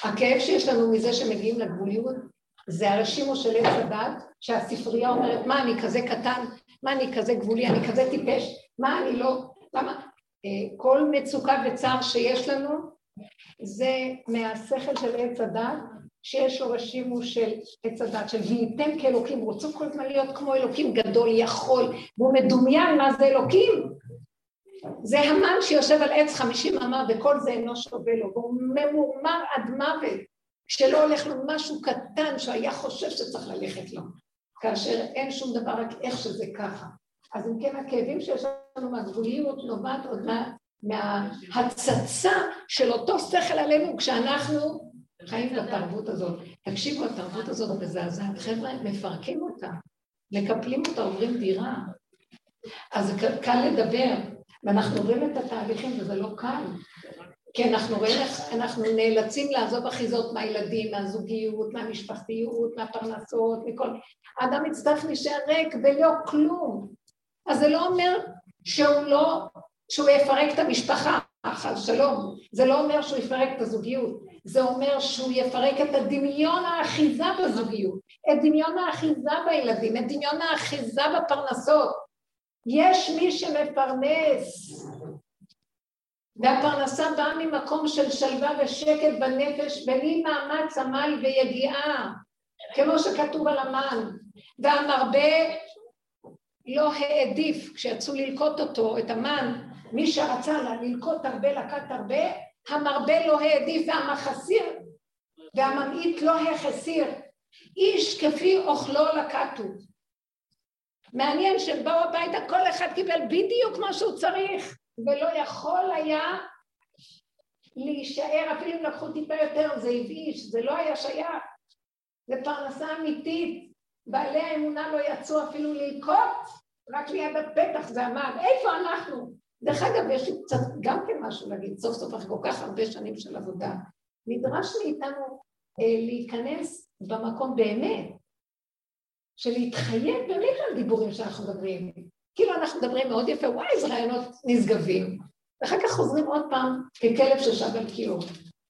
[SPEAKER 1] הכאב שיש לנו מזה שמגיעים לגבוליות, זה הרשימו של עץ הדת, שהספרייה אומרת, מה אני כזה קטן, מה אני כזה גבולי, אני כזה טיפש, מה אני לא, למה? כל מצוקה וצער שיש לנו, זה מהשכל של עץ הדת, שיש לו רשימו של עץ הדת, של וייתם כאלוקים, רוצו כל הזמן להיות כמו אלוקים גדול, יכול, והוא מדומיין מה זה אלוקים. זה המן שיושב על עץ 50 אמה, וכל זה אינו שווה לו, והוא ממורמר עד מוות, שלא הולך לו משהו קטן, שהיה חושב שצריך ללכת לו, כאשר אין שום דבר, רק איך שזה ככה. אז אם כן, הכאבים שיש לנו מהגבוליות נובעת עוד מההצצה של אותו שכל עלינו, כשאנחנו חיים בתרבות הזאת. תקשיבו, התרבות הזאת מזעזעת, חבר'ה, מפרקים אותה, מקפלים אותה, עוברים דירה. אז קל לדבר, ואנחנו רואים את התהליכים, וזה לא קל. כי אנחנו רואים איך אנחנו נאלצים לעזוב אחיזות מהילדים, מהזוגיות, מהמשפחתיות, מהפרנסות, מכל... האדם יצטרך להישאר ריק ולא כלום. אז זה לא אומר שהוא יפרק את המשפחה, חס שלום. זה לא אומר שהוא יפרק את הזוגיות. זה אומר שהוא יפרק את הדמיון האחיזה בזוגיות, את דמיון האחיזה בילדים, את דמיון האחיזה בפרנסות. יש מי שמפרנס, והפרנסה באה ממקום של שלווה ושקט בנפש, בלי מאמץ עמל ויגיעה, כמו שכתוב על המן. והמרבה לא העדיף, כשיצאו ללקוט אותו, את המן, מי שרצה ללקוט הרבה, לקט הרבה, המרבה לא העדיף, והמחסיר, והממעיט לא החסיר. איש כפי אוכלו לקטו. מעניין שבאו הביתה, כל אחד קיבל בדיוק מה שהוא צריך, ולא יכול היה להישאר, אפילו אם לקחו טיפה יותר, זה הבאיש, זה לא היה שייך. זה פרנסה אמיתית, בעלי האמונה לא יצאו אפילו ללקוט, רק ליד הפתח זה עמד, איפה אנחנו? דרך אגב, יש לי קצת גם כן משהו להגיד, סוף סוף אחרי כל כך הרבה שנים של עבודה, נדרש מאיתנו להיכנס במקום באמת, של להתחייב באמת על דיבורים שאנחנו מדברים. כאילו אנחנו מדברים מאוד יפה, וואי, איזה רעיונות נשגבים, ואחר כך חוזרים עוד פעם ככלב ששב על קיור.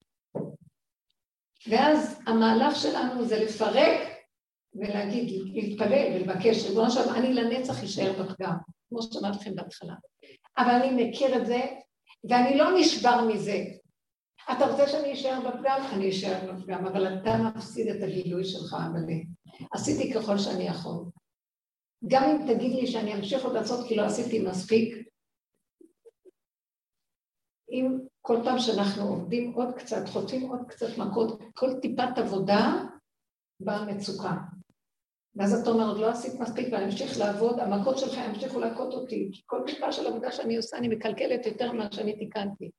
[SPEAKER 1] ואז המהלך שלנו זה לפרק ולהגיד, להתפלל ולבקש, ריבונו של עולם, אני לנצח יישאר בפגם, כמו שאמרתי לכם בהתחלה. אבל אני מכיר את זה, ואני לא נשבר מזה. אתה רוצה שאני אשאר בפגם? אני אשאר בפגם, אבל אתה מפסיד את הגילוי שלך, אבל עשיתי ככל שאני יכול. גם אם תגיד לי שאני אמשיך עוד לעשות כי לא עשיתי מספיק, אם כל פעם שאנחנו עובדים עוד קצת, חוטפים עוד קצת מכות, כל טיפת עבודה באה מצוקה. ואז אתה אומר, עוד לא עשית מספיק ואני אמשיך לעבוד, המכות שלך ימשיכו להכות אותי, כי כל טיפה של עבודה שאני עושה, אני מקלקלת יותר ממה שאני תיקנתי.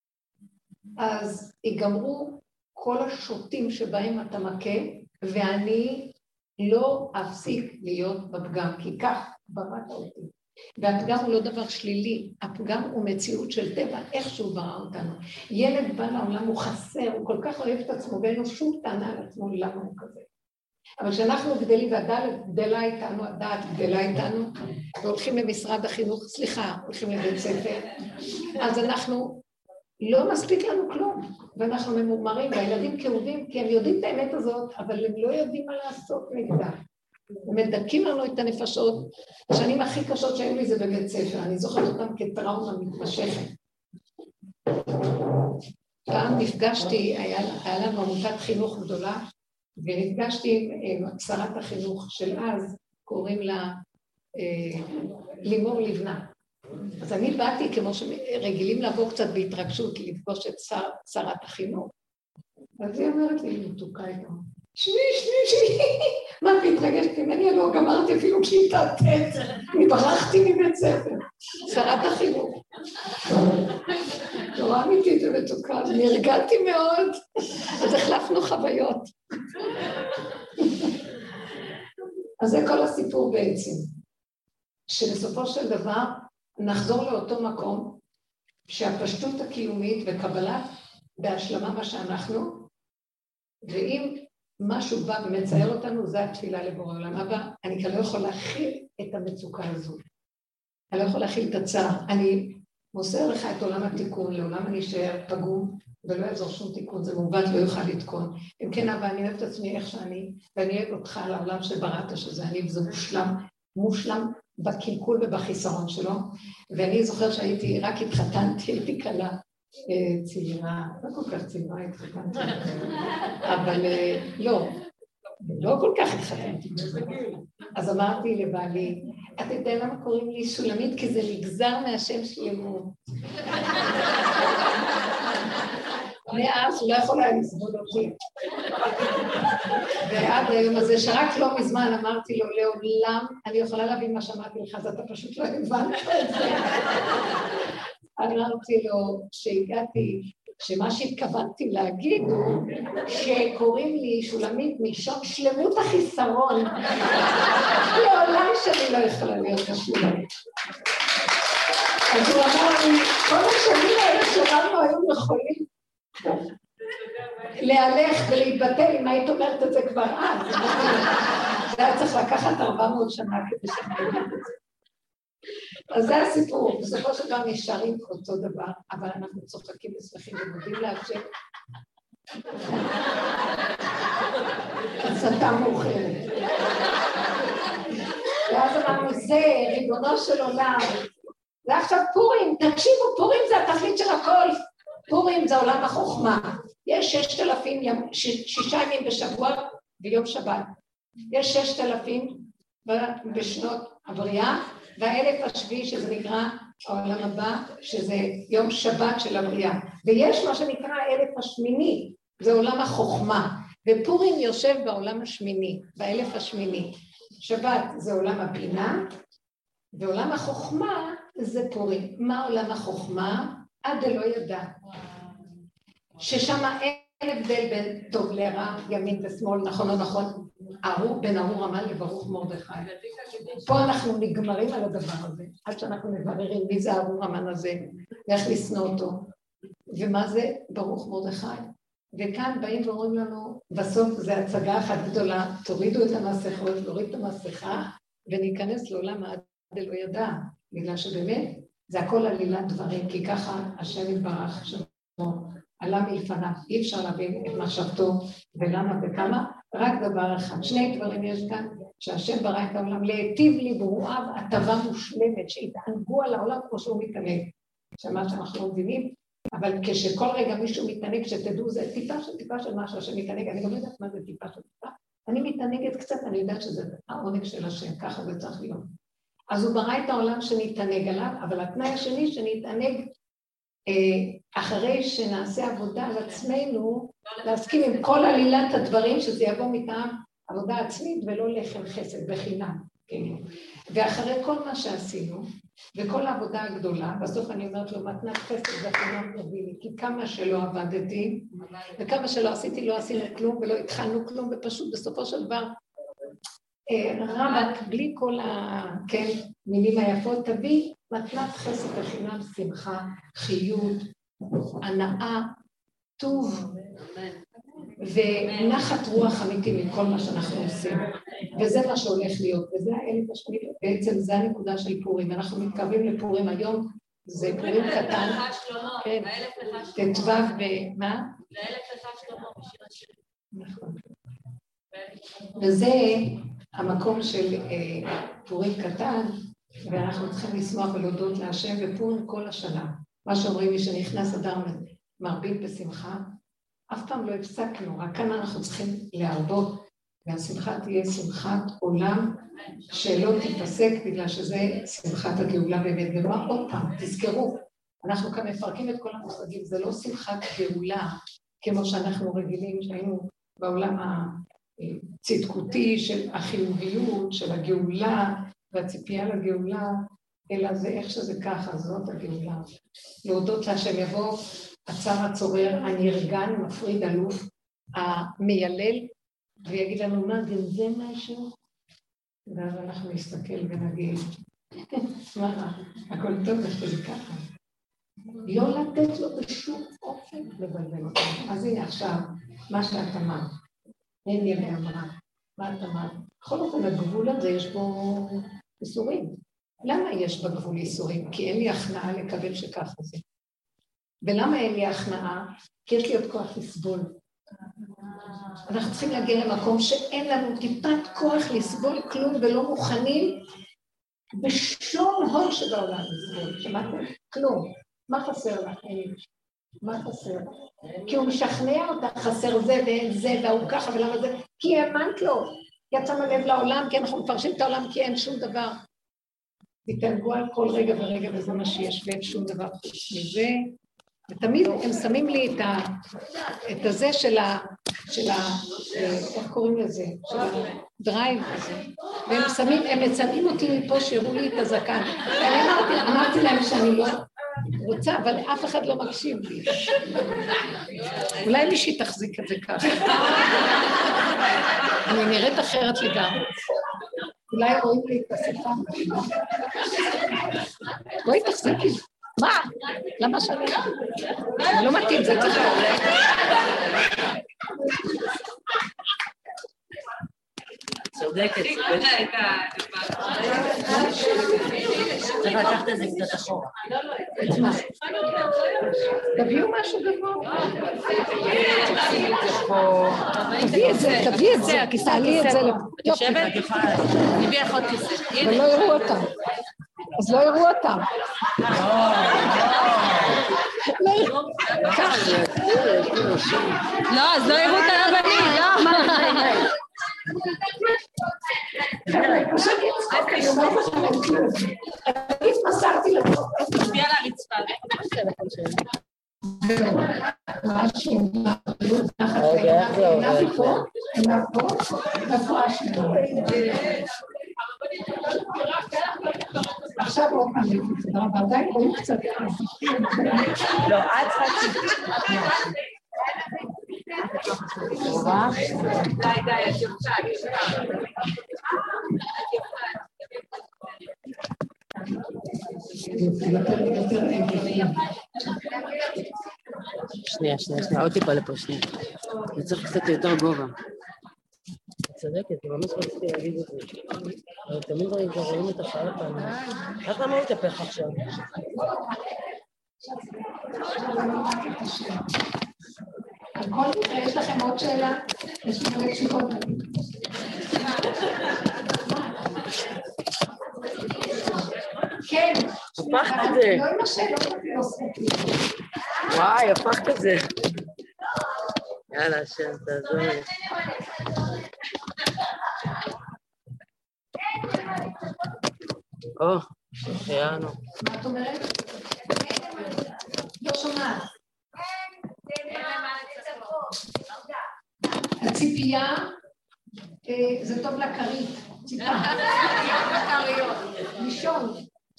[SPEAKER 1] אז ייגמרו כל השוטים שבהם אתה מכה, ואני לא אפסיק להיות בפגם, כי כך בראת אותי. והפגם הוא לא דבר שלילי, הפגם הוא מציאות של טבע, איך שהוא ברא אותנו. ילד בא לעולם, הוא חסר, הוא כל כך אוהב את עצמו, ואין לו שום טענה על עצמו, למה הוא כזה. אבל כשאנחנו גדלים, והדעת גדלה איתנו, והולכים למשרד החינוך, הולכים לבית ספר, אז אנחנו, לא מספיק לנו כלום, ואנחנו ממומרים, והילדים כאובים, כי הם יודעים את האמת הזאת, אבל הם לא יודעים מה לעשות נגדה. הם מדקים לנו את הנפשות, השנים הכי קשות שהיו לי זה בבית ספר, אני זוכרת אותם כטראומה מתמשכת. פעם נפגשתי, היה לנו עמותת חינוך גדולה, ונפגשתי עם שרת החינוך של אז, קוראים לה לימור לבנה. אז אני באתי כמו שרגילים לבוא קצת בהתרגשות, לפגוש את שרת החינוך. אז היא אומרת לי, מתוקה איתה, שני, מה מתרגשת ממני? אני לא גמרתי אפילו כיתה ט', אני ברחתי מבית ספר, שרת החינוך. נורא אמיתית ומתוקה, נרגעתי מאוד, אז החלפנו חוויות. אז זה כל הסיפור בעצם, שבסופו של דבר נחזור לאותו מקום, שהפשטות הקיומית וקבלת בהשלמה מה שאנחנו, ואם משהו בא ומצייר אותנו, זה התפילה לבורא עולם הבא, אני כאן לא יכול להכיל את המצוקה הזו. אני לא יכול להכיל את הצער. אני מוסר לך את עולם התיקון, לעולם אני אשאר פגום, ולא יעזור שום תיקון, זה מעוות, לא יוכל לתקון. אם כן, אבל אני אוהב את עצמי איך שאני, ואני אוהב אותך על העולם שבראת, שזה אני, וזה מושלם בקלקול ובחיסרון שלו, ואני זוכר שהייתי, רק התחתנתי, הייתי קלה צעירה, לא כל כך צעירה התחתנתי, אבל לא כל כך התחתנתי. אז אמרתי לבעלי, אתה יודע למה קוראים לי שולמית? כי זה נגזר מהשם שלמות. מאז הוא לא יכול היה לסבול אותי. ועד היום הזה, שרק לא מזמן אמרתי לו, לעולם, אני יכולה להבין מה שאמרתי לך, אז אתה פשוט לא הבנת את זה. אמרתי לו, שהגעתי, שמה שהתכוונתי להגיד הוא, שקוראים לי שולמית משום שלמות החיסרון, לעולם שאני לא יכולה להיות השולמית. אז הוא אמר לי, כל השנים האלה שלנו היו יכולים להלך ולהתבטל, אם היית אומרת את זה כבר אז. זה היה צריך לקחת 400 שנה כדי שאני אגיד את זה. אז זה הסיפור, בסופו של דבר נשארים אותו דבר, אבל אנחנו צוחקים ושמחים ומודים להשם. הסתה מאוחרת. ואז אמרנו, זה ריבונו של עולם. זה עכשיו פורים, תקשיבו, פורים זה התכלית של הכל. פורים זה עולם החוכמה. יש 6 ימים בשבוע ויום שבת. יש 6,000 בשנות הבריאה, והאלף השביעי שזה נקרא העולם הבא, שזה יום שבת של הבריאה. ויש מה שנקרא האלף השמיני, זה עולם החוכמה. ופורים יושב בעולם השמיני, באלף השמיני. שבת זה עולם הבינה, ועולם החוכמה זה פורים. מה עולם החוכמה? עד לא ידע. ששם אין הבדל בין טוב לרע, ימין ושמאל, נכון או נכון, בין ארור המן לברוך מרדכי. פה אנחנו נגמרים על הדבר הזה, עד שאנחנו מבררים מי זה ארור המן הזה, ואיך לשנוא אותו, ומה זה ברוך מרדכי. וכאן באים ואומרים לנו, בסוף זה הצגה אחת גדולה, תורידו את המסכות, נוריד את המסכה, וניכנס לעולם עד לא ידע, בגלל שבאמת זה הכל עלילת דברים, כי ככה השם יתברך שמו, עלה מלפניו, אי אפשר להבין את מחשבתו ולמה וכמה, רק דבר אחד, 2 דברים יש כאן, שהשם ברא את העולם, להיטיב לי ברואיו הטבה מושלמת, שהתענגו על העולם כמו שהוא מתענג, שמה שאנחנו לא מבינים, אבל כשכל רגע מישהו מתענג, שתדעו, זה טיפה של משהו השם מתענג, אני גם לא יודעת מה זה טיפה של טיפה, אני מתענגת קצת, אני יודעת שזה העונג של השם, ככה זה צריך להיות. אז הוא ברא את העולם שנתענג עליו, אבל התנאי השני שנתענג, אחרי שנעשה עבודה על עצמנו, להסכים עם כל עלילת הדברים שזה יבוא מטעם עבודה עצמית ולא לחם חסד בחינם. ואחרי כל מה שעשינו, וכל העבודה הגדולה, בסוף אני אומרת לו, מתנת חסד זה חינם תביא לי, כי כמה שלא עבדתי, וכמה שלא עשיתי, לא עשינו כלום ולא התחלנו כלום, ופשוט בסופו של דבר, רבק, בלי כל מילים היפות, תביא מתנת חסד בחינם, שמחה, חיות, הנאה, טוב, ונחת רוח אמיתי מכל מה שאנחנו עושים. וזה מה שהולך להיות, וזה האלף השני, בעצם זה הנקודה של פורים. אנחנו מתקרבים לפורים היום, זה פורים קטן. כן, תתבב במה?
[SPEAKER 3] זה אלף לך שלמה, בשיר השיר.
[SPEAKER 1] נכון. וזה המקום של פורים קטן, ואנחנו צריכים לשמוח ולהודות להשם בפורים כל השנה. מה שאומרים לי שנכנס אדם מרבית בשמחה, אף פעם לא הפסקנו, רק כאן אנחנו צריכים להרבות, והשמחה תהיה שמחת עולם שלא תיפסק, בגלל שזה שמחת הגאולה באמת. ומה עוד פעם, תזכרו, אנחנו כאן מפרקים את כל המושגים, זה לא שמחת גאולה, כמו שאנחנו רגילים שהיינו בעולם הצדקותי של החיוביות, של הגאולה והציפייה לגאולה, אלא זה איך שזה ככה, זאת הגאולה. להודות להשם יבוא, הצר הצורר, הנרגן, מפריד אלוף, המיילל, ויגיד לנו מה, גם זה משהו? ואז אנחנו נסתכל ונגיד, מה, הכל טוב, איך שזה ככה. לא לתת לו בשום אופן לבלבל אותנו. אז הנה עכשיו, מה שאת אמרת, אין ימי אמרה, מה את אמרת? בכל אופן, הגבול הזה יש בו איסורים. למה יש בגבול איסורים? כי אין לי הכנעה לקבל שככה זה. ולמה אין לי הכנעה? כי יש לי עוד כוח לסבול. אנחנו צריכים להגיע למקום שאין לנו טיפת כוח לסבול כלום ולא מוכנים בשום הון שבעולם לסבול. שמעתם? כלום. מה חסר לך? מה חסר? כי הוא משכנע אותך, חסר זה ואין זה והוא ככה ולמה זה, כי האמנת לו. יצאנו לב לעולם, כי אנחנו מפרשים את העולם כי אין שום דבר. תתענגו על כל רגע ורגע וזה מה שיש ואין שום דבר חוץ מזה. ותמיד הם שמים לי את הזה של איך קוראים לזה? של הדרייב הזה. והם מצלמים אותי מפה שיראו לי את הזקן. ואני אמרתי להם שאני לא רוצה, אבל אף אחד לא מקשיב לי. אולי מישהי תחזיק את זה ככה. אני נראית אחרת לגמרי. אולי רואים לי את השפה. בואי תחזיקי. מה? למה שאני? לא מתאים, זה צריך לעולה.
[SPEAKER 5] צודקת. צריך לקחת את זה קצת אחורה.
[SPEAKER 1] תביאו משהו גבוה. תביא את זה, תעלי את זה.
[SPEAKER 5] יושבת? נביא לך עוד כיסא.
[SPEAKER 1] ולא יראו אותם. אז לא יראו אותם.
[SPEAKER 2] לא, אז לא יראו את הרבנים, לא.
[SPEAKER 1] אני התמסרתי לפה.
[SPEAKER 2] תשפיע על הרצפה.
[SPEAKER 1] משהו, עכשיו עוד פעם, תודה רבה, עדיין רואים קצת.
[SPEAKER 5] לא, את צריכה... די, את יופצה. שנייה, עוד טיפה לפה, שנייה. אני צריך קצת יותר גובה. צודקת, ממש רציתי להגיד את זה. אבל תמיד רואים את השעה פעמים. איך למה הוא יתהפך עכשיו?
[SPEAKER 1] הכל מקרה, יש לכם עוד שאלה? יש לכם עוד תשובות? כן.
[SPEAKER 5] הפכת את זה.
[SPEAKER 1] לא עם השאלות, לא ספקתי.
[SPEAKER 5] וואי, הפכת את זה. יאללה, השם, תעזור לי. חיינו.
[SPEAKER 1] מה את אומרת? לא שומעת. הציפייה זה טוב לכרית, ציפה. לישון.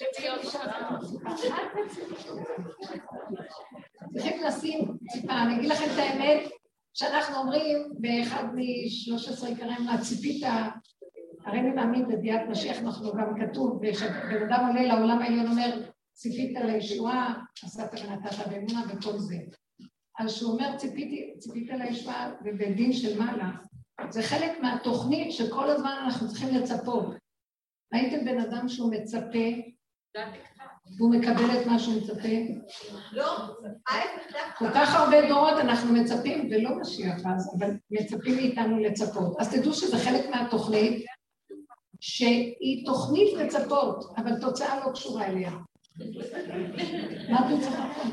[SPEAKER 1] צריכים לשים ציפה. אני אגיד לכם את האמת, שאנחנו אומרים באחד מ-13 עיקרים מהציפית, הרי אני מאמין בביאת משיח, אנחנו גם כתוב, ובן אדם עולה לעולם העליון אומר, ציפית לישועה, עשת ונתת באמונה וכל זה. אז שהוא אומר ציפית לישועה ובדין של מעלה, זה חלק מהתוכנית שכל הזמן אנחנו צריכים לצפות. ראיתם בן אדם שהוא מצפה, והוא מקבל את מה שהוא מצפה?
[SPEAKER 3] לא,
[SPEAKER 1] כל כך הרבה דורות אנחנו מצפים, ולא משיח אז, אבל מצפים מאיתנו לצפות. אז תדעו שזה חלק מהתוכנית, שהיא תוכנית לצפות, אבל תוצאה לא קשורה אליה. מה אתם צריכים?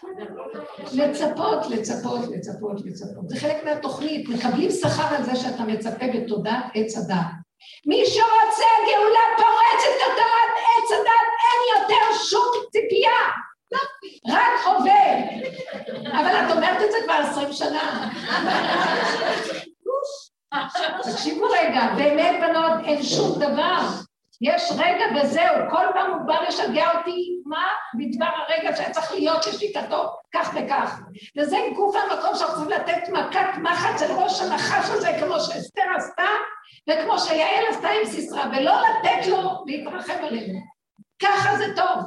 [SPEAKER 1] לצפות. זה חלק מהתוכנית, מקבלים שכר על זה שאתה מצפה בתודעת עץ הדת. מי שרוצה גאולה פורצת תודעת עץ הדת, אין יותר שום ציפייה. רק חווה. אבל את אומרת את זה כבר 20 שנה. תקשיבו רגע, באמת בנות אין שום דבר. יש רגע וזהו, כל פעם הוא בא לשגע אותי, מה? בדבר הרגע שצריך להיות לשיטתו, כך וכך. וזה גוף המקום שאנחנו צריכים לתת מכת מחץ על ראש הנחש הזה, כמו שאסתר עשתה, וכמו שיעל עשתה עם סיסרא, ולא לתת לו להתרחב עלינו. ככה זה טוב.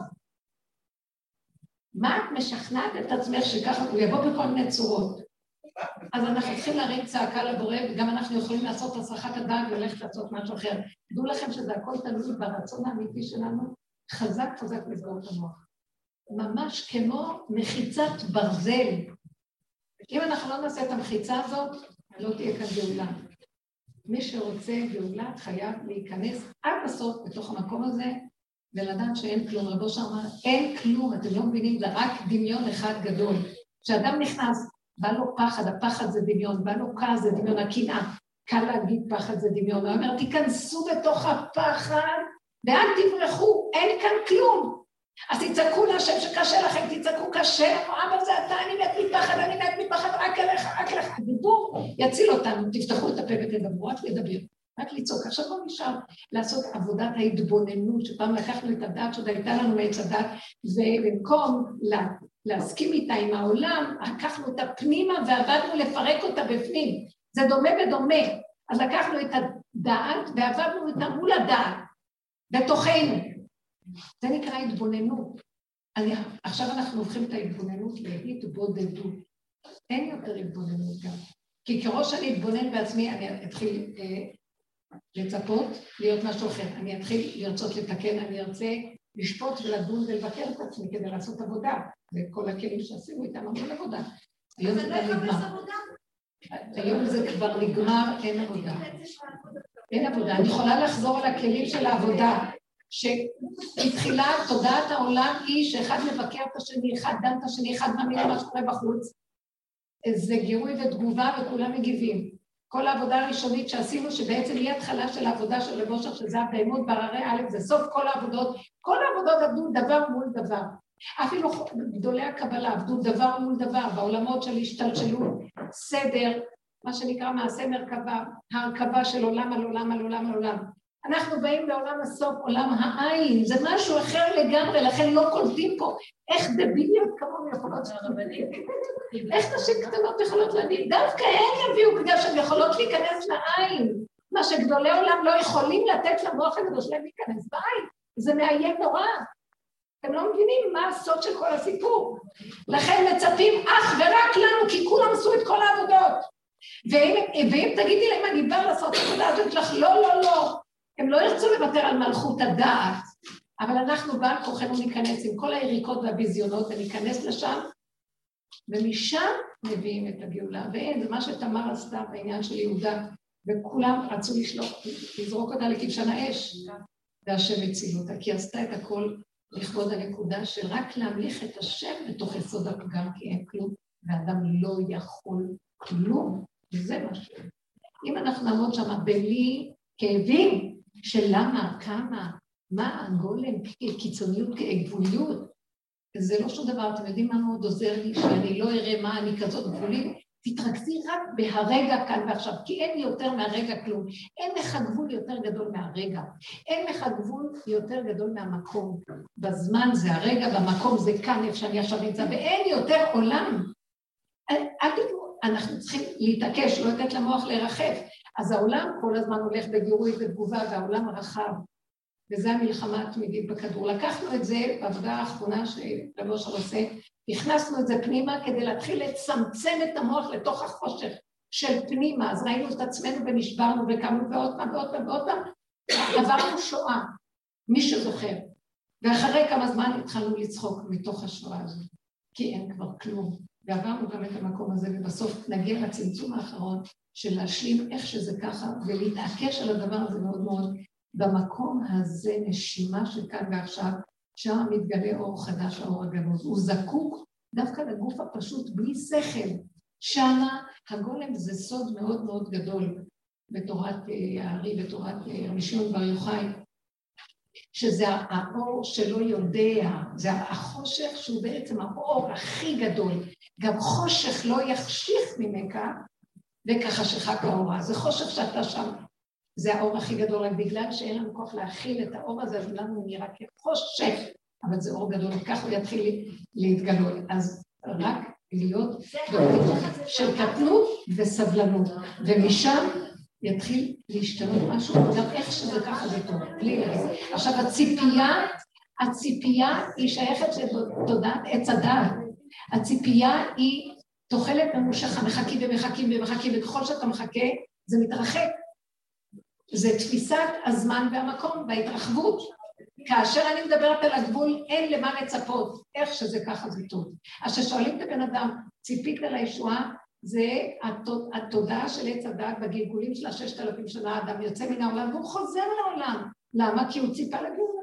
[SPEAKER 1] מה את משכנעת את עצמך שככה הוא יבוא בכל מיני צורות? אז אנחנו צריכים להרים צעקה לבורא, וגם אנחנו יכולים לעשות הסחת הדעת וללכת לעשות משהו אחר. תדעו לכם שזה הכל תלוי ברצון האמיתי שלנו, חזק חזק לסגור את המוח. ממש כמו מחיצת ברזל. אם אנחנו לא נעשה את המחיצה הזאת, לא תהיה כאן גאולה. מי שרוצה גאולה חייב להיכנס עד הסוף בתוך המקום הזה, ולדעת שאין כלום. רבו שאמר, אין כלום, אתם לא מבינים, זה רק דמיון אחד גדול. כשאדם נכנס, בא לו פחד, הפחד זה דמיון, בא לו כעס זה דמיון, הקנאה. קל להגיד פחד זה דמיון. הוא אומר, תיכנסו בתוך הפחד, ואל תברחו, אין כאן כלום. אז תצעקו להשם שקשה לכם, תצעקו קשה, אבל זה אתה, אני מת מפחד, אני מת מפחד, רק אליך, רק אליך. הדיבור יציל אותנו, תפתחו את הפה ותדברו, רק לדבר, רק לצעוק. עכשיו לא נשאר לעשות עבודת ההתבוננות, שפעם לקחנו את הדעת שעוד הייתה לנו מעץ הדת, ובמקום להסכים איתה עם העולם, לקחנו אותה פנימה ועבדנו לפרק אותה בפנים. זה דומה ודומה. אז לקחנו את הדעת ועבדנו אותה מול הדעת, בתוכנו. זה נקרא התבוננות. עכשיו אנחנו הופכים את ההתבוננות להתבודדות. אין יותר התבוננות גם. כי כראש אני אתבונן בעצמי, אני אתחיל לצפות, להיות משהו אחר. אני אתחיל לרצות לתקן, אני ארצה לשפוט ולדון ולבקר את עצמי כדי לעשות עבודה. וכל הכלים שעשינו איתם המון עבודה. היום זה כבר נגמר. היום זה כבר נגמר, אין עבודה. אין עבודה. אני יכולה לחזור על הכלים של העבודה. שהתחילה תודעת העולם היא שאחד מבקר את השני, אחד דן את השני, אחד מאמין מה שקורה בחוץ. זה גירוי ותגובה וכולם מגיבים. כל העבודה הראשונית שעשינו, שבעצם היא התחלה של העבודה של רב אושר, שזה הבהמות בררי א', זה סוף כל העבודות. כל העבודות עבדו דבר מול דבר. אפילו גדולי הקבלה עבדו דבר מול דבר, בעולמות של השתלשלות, סדר, מה שנקרא מעשה מרכבה, הרכבה של עולם על עולם על עולם על עולם. אנחנו באים לעולם הסוף, עולם העין, זה משהו אחר לגמרי, לכן לא קולטים פה. איך דביליות כמונו יכולות להרבנים? איך נשים קטנות יכולות להגיד? דווקא הן יביאו בגלל שהן יכולות להיכנס לעין. מה שגדולי עולם לא יכולים לתת למוח הגדול שלהם להיכנס בעין. זה מאיים נורא. אתם לא מבינים מה הסוד של כל הסיפור. לכן מצפים אך ורק לנו, כי כולם עשו את כל העבודות. ואם תגידי להם, אני בא לעשות את העבודה הזאת לך, לא, לא, לא. הם לא ירצו לוותר על מלכות הדעת, אבל אנחנו בעל כוחנו ניכנס עם כל היריקות והביזיונות, וניכנס לשם, ומשם מביאים את הגאולה. ואין, זה מה שתמר עשתה בעניין של יהודה, וכולם רצו לזרוק אותה לכבשן האש, והשם הציל אותה, כי עשתה את הכל לכבוד הנקודה של רק להמליך את השם בתוך יסוד הפגם, כי אין כלום, ואדם לא יכול כלום, וזה משהו. אם אנחנו נעמוד שם בלי כאבים, של למה, כמה, מה, הגולם, קיצוניות, גבוליות, זה לא שום דבר, אתם יודעים מה מאוד עוזר לי, שאני לא אראה מה אני כזאת גבולית, תתרכזי רק בהרגע כאן ועכשיו, כי אין יותר מהרגע כלום, אין לך גבול יותר גדול מהרגע, אין לך גבול יותר גדול מהמקום, בזמן זה הרגע, במקום זה כאן, איפה שאני עכשיו נמצא, ואין יותר עולם. אל תראו, אנחנו צריכים להתעקש, לא לתת למוח להירחב, אז העולם כל הזמן הולך בגירוי ותגובה, והעולם הרחב, וזה המלחמה התמידית בכדור. לקחנו את זה בעבודה האחרונה שרב אושר עושה, הכנסנו את זה פנימה כדי להתחיל לצמצם את המוח לתוך החושך של פנימה, אז ראינו את עצמנו ונשברנו וקמנו ועוד פעם ועוד פעם ועוד פעם, עברנו שואה, מי שזוכר, ואחרי כמה זמן התחלנו לצחוק מתוך השואה הזאת, כי אין כבר כלום, ועברנו גם את המקום הזה, ובסוף נגיע לצמצום האחרון של להשלים איך שזה ככה, ולהתעקש על הדבר הזה מאוד מאוד, במקום הזה נשימה שכאן ועכשיו, שם מתגלה אור חדש, האור הגנוז, הוא זקוק דווקא לגוף הפשוט, בלי שכל, שמה הגולם זה סוד מאוד מאוד גדול, בתורת הארי, בתורת רבי שמעון בר יוחאי, שזה האור שלא יודע, זה החושך שהוא בעצם האור הכי גדול, גם חושך לא יחשיך ממך, וכחשיכה כאורה, זה חושך שאתה שם, זה האור הכי גדול, רק בגלל שאין לנו כוח להכיל את האור הזה, אז לנו נראה כחושך, אבל זה אור גדול, וכך הוא יתחיל להתגלות, אז רק להיות של קטנות וסבלנות, ומשם יתחיל להשתנות משהו, גם איך שזה ככה זה טוב, בלי לזה. עכשיו הציפייה היא שייכת לתודעת עץ הדעת, הציפייה היא תוחלת ממושכה, מחכים ומחכים ומחכים, וככל שאתה מחכה זה מתרחק, זה תפיסת הזמן והמקום וההתרחבות, כאשר אני מדברת על הגבול, אין למה לצפות, איך שזה ככה זה טוב. אז ששואלים את הבן אדם, ציפית על הישועה, זה התודעה של עץ הדת בגלגולים של 6,000 שנה, האדם יוצא מן העולם והוא חוזר לעולם. למה? כי הוא ציפה לגאולה.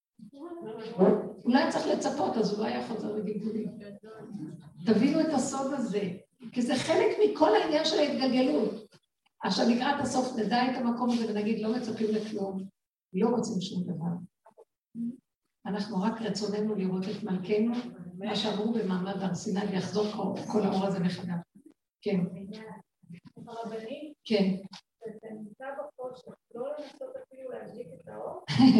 [SPEAKER 1] אולי צריך לצפות, אז הוא לא היה חוזר לגלגולים. תבינו את הסוד הזה, כי זה חלק מכל העניין של ההתגלגלות. עכשיו לקראת הסוף נדע את המקום הזה ונגיד, לא מצפים לכלום, לא רוצים שום דבר. אנחנו רק רצוננו לראות את מלכנו, מה שאמרו במעמד הר סיני, ויחזור כל האור הזה מחדש. כן.
[SPEAKER 3] הרבנים?
[SPEAKER 1] כן.
[SPEAKER 3] אתה נמצא בחושך, לא לנסות אפילו להדליק את האור?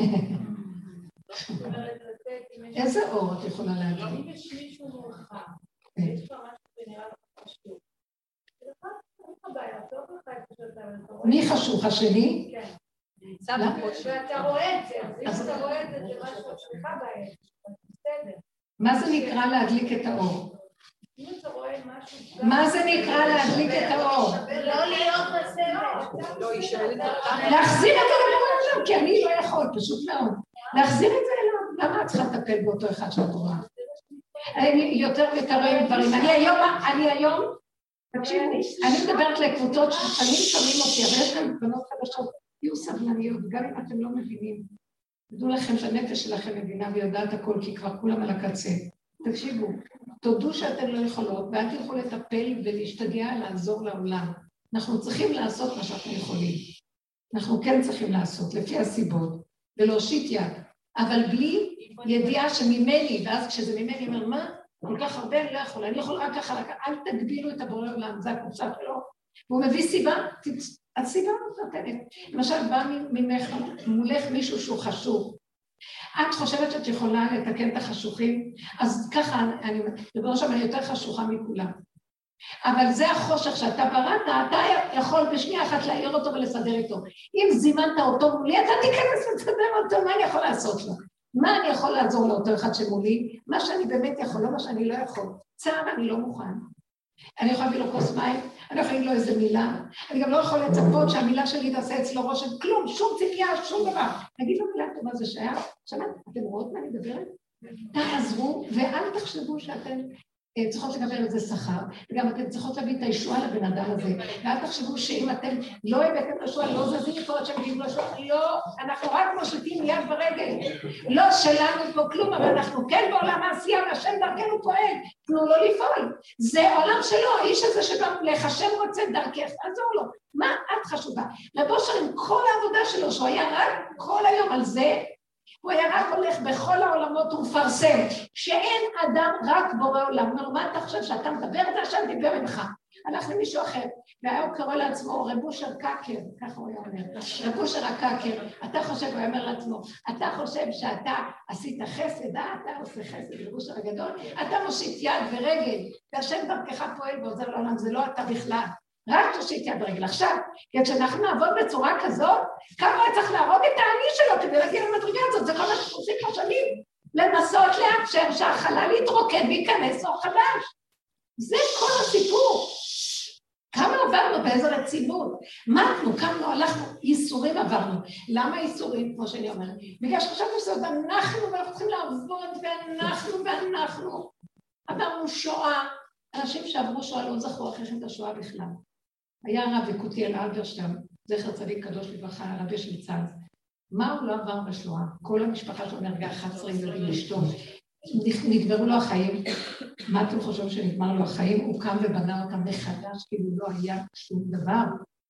[SPEAKER 1] איזה אור את יכולה להגיד?
[SPEAKER 3] אם יש מישהו מולך, יש לך משהו שנראה לך חשוב.
[SPEAKER 1] מי חשוך? השני?
[SPEAKER 3] כן. ואתה רואה את זה, אז אם אתה רואה את זה, זה משהו שלך בעיה, בסדר.
[SPEAKER 1] מה זה נקרא להדליק את האור?
[SPEAKER 3] אם אתה רואה משהו...
[SPEAKER 1] מה זה נקרא להדליק את האור?
[SPEAKER 3] לא להיות בסדר.
[SPEAKER 2] לא, היא שואלת
[SPEAKER 1] להחזיר את זה לבורא, כי אני לא יכול, פשוט מאוד. להחזיר את זה אליו, למה את צריכה לטפל באותו אחד שאת רואה? יותר ויותר דברים. אני היום, תקשיבו, אני מדברת לקבוצות ששנים שומעים אותי, אבל יש להם בנות חדשות, תהיו סבלניות, גם אם אתם לא מבינים. תדעו לכם שהנפש שלכם מבינה ויודעת הכל, כי כבר כולם על הקצה. תקשיבו, תודו שאתם לא יכולות, ואל תלכו לטפל ולהשתגע לעזור לעולם. אנחנו צריכים לעשות מה שאנחנו יכולים. אנחנו כן צריכים לעשות, לפי הסיבות, ולהושיט יד. אבל בלי ידיעה שממני, ואז כשזה ממני אומר, מה? כל כך הרבה אני לא יכולה, אני יכול רק ככה, אל תגבילו את הבורא עולם, זה הקופסה שלו. והוא מביא סיבה, הסיבה נותנת. למשל, בא מולך מישהו שהוא חשוך. את חושבת שאת יכולה לתקן את החשוכים? אז ככה, אני מדבר שם, אני יותר חשוכה מכולם. אבל זה החושך שאתה בראת, אתה יכול בשנייה אחת להעיר אותו ולסדר איתו. אם זימנת אותו מולי, אתה תיכנס לסדר אותו, מה אני יכול לעשות לו? מה אני יכול לעזור לאותו אחד שמולי? מה שאני באמת יכול, לא מה שאני לא יכול. צער, אני לא מוכן. אני יכולה להביא לו כוס מים, אני יכולה להגיד לו איזה מילה, אני גם לא יכולה לצפות שהמילה שלי תעשה אצלו רושם, כלום, שום ציפייה, שום דבר. תגיד לו מילה טובה, זה שייך. עכשיו, אתם רואות מה אני מדברת? תעזרו, ואל תחשבו שאתם צריכות לקבל איזה שכר, וגם אתם צריכות להביא את הישועה לבן אדם הזה, ואל תחשבו שאם אתם לא הבאתם לישועה, לא זזים פה עד שהם גיבו לישועה, לא, אנחנו רק מושיטים יד ברגל, לא שלנו פה כלום, אבל אנחנו כן בעולם העשייה, והשם דרכנו פועל, תנו לו לפעול, זה עולם שלו, האיש הזה שגם לחשב רוצה דרכך, תעזור לו, מה את חשובה? לבושר עם כל העבודה שלו, שהוא היה רק כל היום על זה, הוא היה רק הולך בכל העולמות ומפרסם, שאין אדם רק בורא עולם. אומר, מה אתה חושב שאתה מדבר את זה? השם דיבר ממך. הלך למישהו אחר, והיה הוא קורא לעצמו רב אושר קאקר, ככה הוא היה אומר, רב אושר הקאקר, אתה חושב, הוא אומר לעצמו, אתה חושב שאתה עשית חסד, אתה עושה חסד, רב אושר הגדול, אתה מושיט יד ורגל, והשם דרכך פועל ועוזר לעולם, זה לא אתה בכלל. רק תושיט יד ברגל. עכשיו, כשאנחנו נעבוד בצורה כזאת, כמה צריך להרוג את העני שלו כדי להגיע למדרגה הזאת, זה כל מה שאנחנו עושים כבר שנים. לנסות לאפשר שהחלל יתרוקד וייכנס אור חדש. זה כל הסיפור. כמה עברנו באיזו רצינות. מתנו, קמנו, הלכנו, ייסורים עברנו. למה ייסורים, כמו שאני אומרת? בגלל שחשבנו שזאת אנחנו, ואנחנו צריכים לעבוד, ואנחנו. עברנו שואה. אנשים שעברו שואה לא זכו אחרי את השואה בכלל. היה הרב יקותיאל אלברשטם, זכר צדיק קדוש לברכה, הרב של צה"ל. מה הוא לא עבר בשואה? כל המשפחה שלו נהרגה 11 ילדים אשתו. נגמרו לו החיים. מה אתם חושבים שנגמר לו החיים? הוא קם ובנה אותם מחדש, כאילו לא היה שום דבר.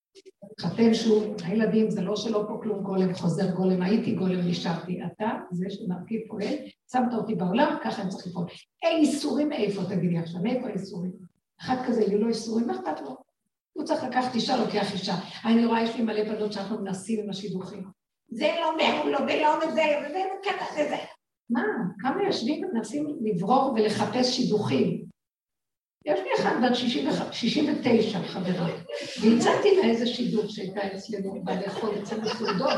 [SPEAKER 1] חתם שוב, הילדים, זה לא שלא פה כלום גולם, חוזר גולם, הייתי גולם, נשארתי. אתה, זה שמרכיב פועל, שמת אותי בעולם, ככה אני צריך לפעול. אין איסורים מאיפה, תגידי עכשיו, מאיפה איסורים? אחד כזה, יהיו לו איסורים, מה אכפת לו? הוא צריך לקחת אישה, לוקח אישה. אני רואה, יש לי מלא בנות שאנחנו מנסים עם השידוכים. זה לא מעול לו, ולא מזה, וזה וכאן, וזה. מה? כמה יושבים ומנסים לברור ולחפש שידוכים? יש לי אחד בת 69 חברה, והצעתי לה איזה שידוך שהייתה אצלנו בלאכול אצל הסעודות.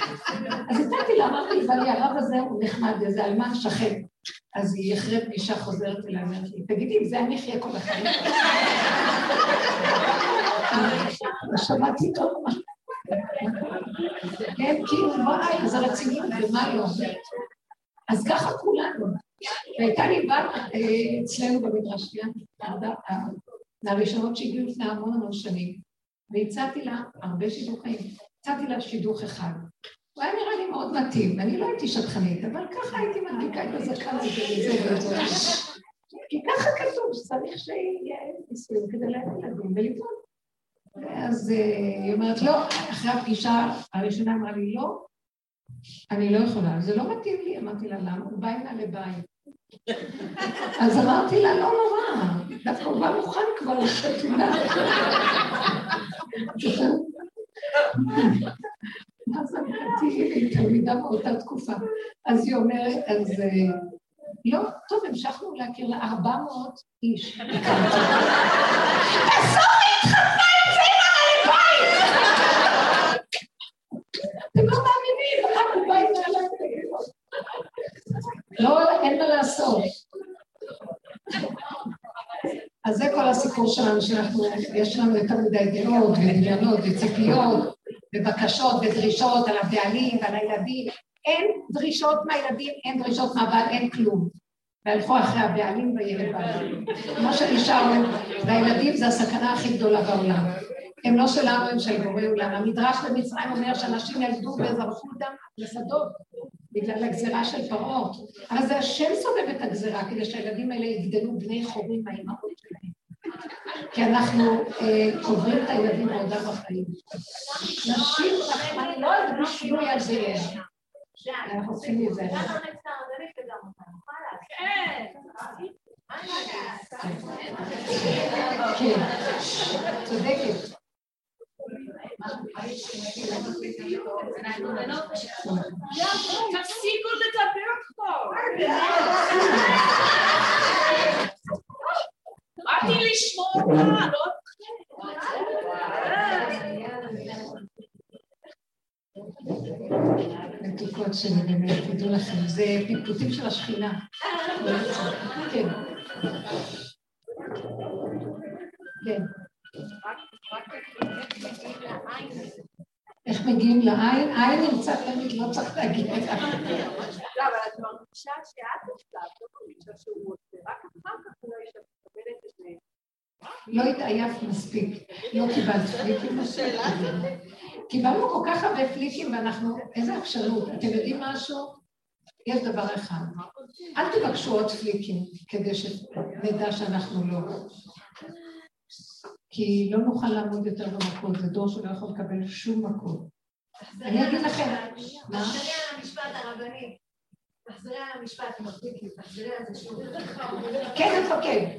[SPEAKER 1] אז הצעתי לה, אמרתי לי, הרב הזה הוא נחמד, איזה אלמן שכן. אז היא אחרי פגישה חוזרת אליי, אמרת לי, תגידי, אם זה אני אחיה כל החיים. שמעתי טוב מה. כן, כאילו, וואי, אז הרציניות, ומה היא אומרת? אז ככה כולנו. והייתה לי בת אצלנו במדרש, מהראשונות שהגיעו לפני המון שנים, והצעתי לה הרבה שידוכים. הצעתי לה שידוך אחד. הוא היה נראה לי מאוד מתאים, ואני לא הייתי שטחנית, אבל ככה הייתי מדליקה את הזקן הזה וזה. כי ככה כתוב, שצריך שיהיה נישואים כדי לילדים ולבנות. אז היא אומרת, לא, אחרי הפגישה הראשונה אמרה לי, לא, אני לא יכולה, זה לא מתאים לי. אמרתי לה, למה? הוא בא הנה לבית. אז אמרתי לה, לא נורא, דווקא הוא בא מוכן כבר לחתונה. אז אמרתי, היא תלמידה באותה תקופה. אז היא אומרת, אז לא, טוב, המשכנו להכיר לה 400 איש. תעשו להתחתנה עם זה לבית! אתם לא מאמינים, רק הוא בא עם נעליים תגידו. לא, אין מה לעשות. אז זה כל הסיפור שלנו, יש לנו יותר מדי דעות ודמיונות וציפיות ובקשות ודרישות על הבעלים ועל הילדים. אין דרישות מהילדים, אין דרישות מהבעל, אין כלום. והלכו אחרי הבעלים וילד בעלים. מה שנשאר, והילדים זה הסכנה הכי גדולה בעולם. הם לא שלנו, הם של בורא עולם. המדרש במצרים אומר שאנשים ילדו וזרקו אותם לשדות, בגלל הגזירה של פרעה. אבל זה השם סובב את הגזירה, כדי שהילדים האלה יגדלו בני חורים מהאימהות שלהם. כי אנחנו עוברים את הילדים בעודם בחיים. נשים, אני לא יודעת בשינוי על זה יש. אנחנו צריכים להיזהר. כן, צודקת.
[SPEAKER 3] תפסיקו לדבר פה. באתי לשמוע אותה, לא
[SPEAKER 1] מתוקות שלי, באמת, תדעו לכם, זה פטפוטים של השכינה. כן. כן. איך מגיעים לעין? עין נמצא תמיד, לא צריך להגיע.
[SPEAKER 3] לא, אבל את מרגישה שאת עושה, לא מרגישה שהוא עושה, רק אחר כך הוא לא ישב לקבל את זה.
[SPEAKER 1] לא התעייף מספיק, לא קיבלת פליקים. קיבלנו כל כך הרבה פליקים ואנחנו, איזה עקשנות, אתם יודעים משהו? יש דבר אחד, אל תבקשו עוד פליקים כדי שנדע שאנחנו לא. כי לא נוכל לעמוד יותר במקום, זה דור שלא יכול לקבל שום מקום. אני אגיד לכם, מה?
[SPEAKER 3] תחזרי על המשפט הרבני, תחזרי על המשפט עם הפליקים, תחזרי על זה שוב.
[SPEAKER 1] כן, מפקד.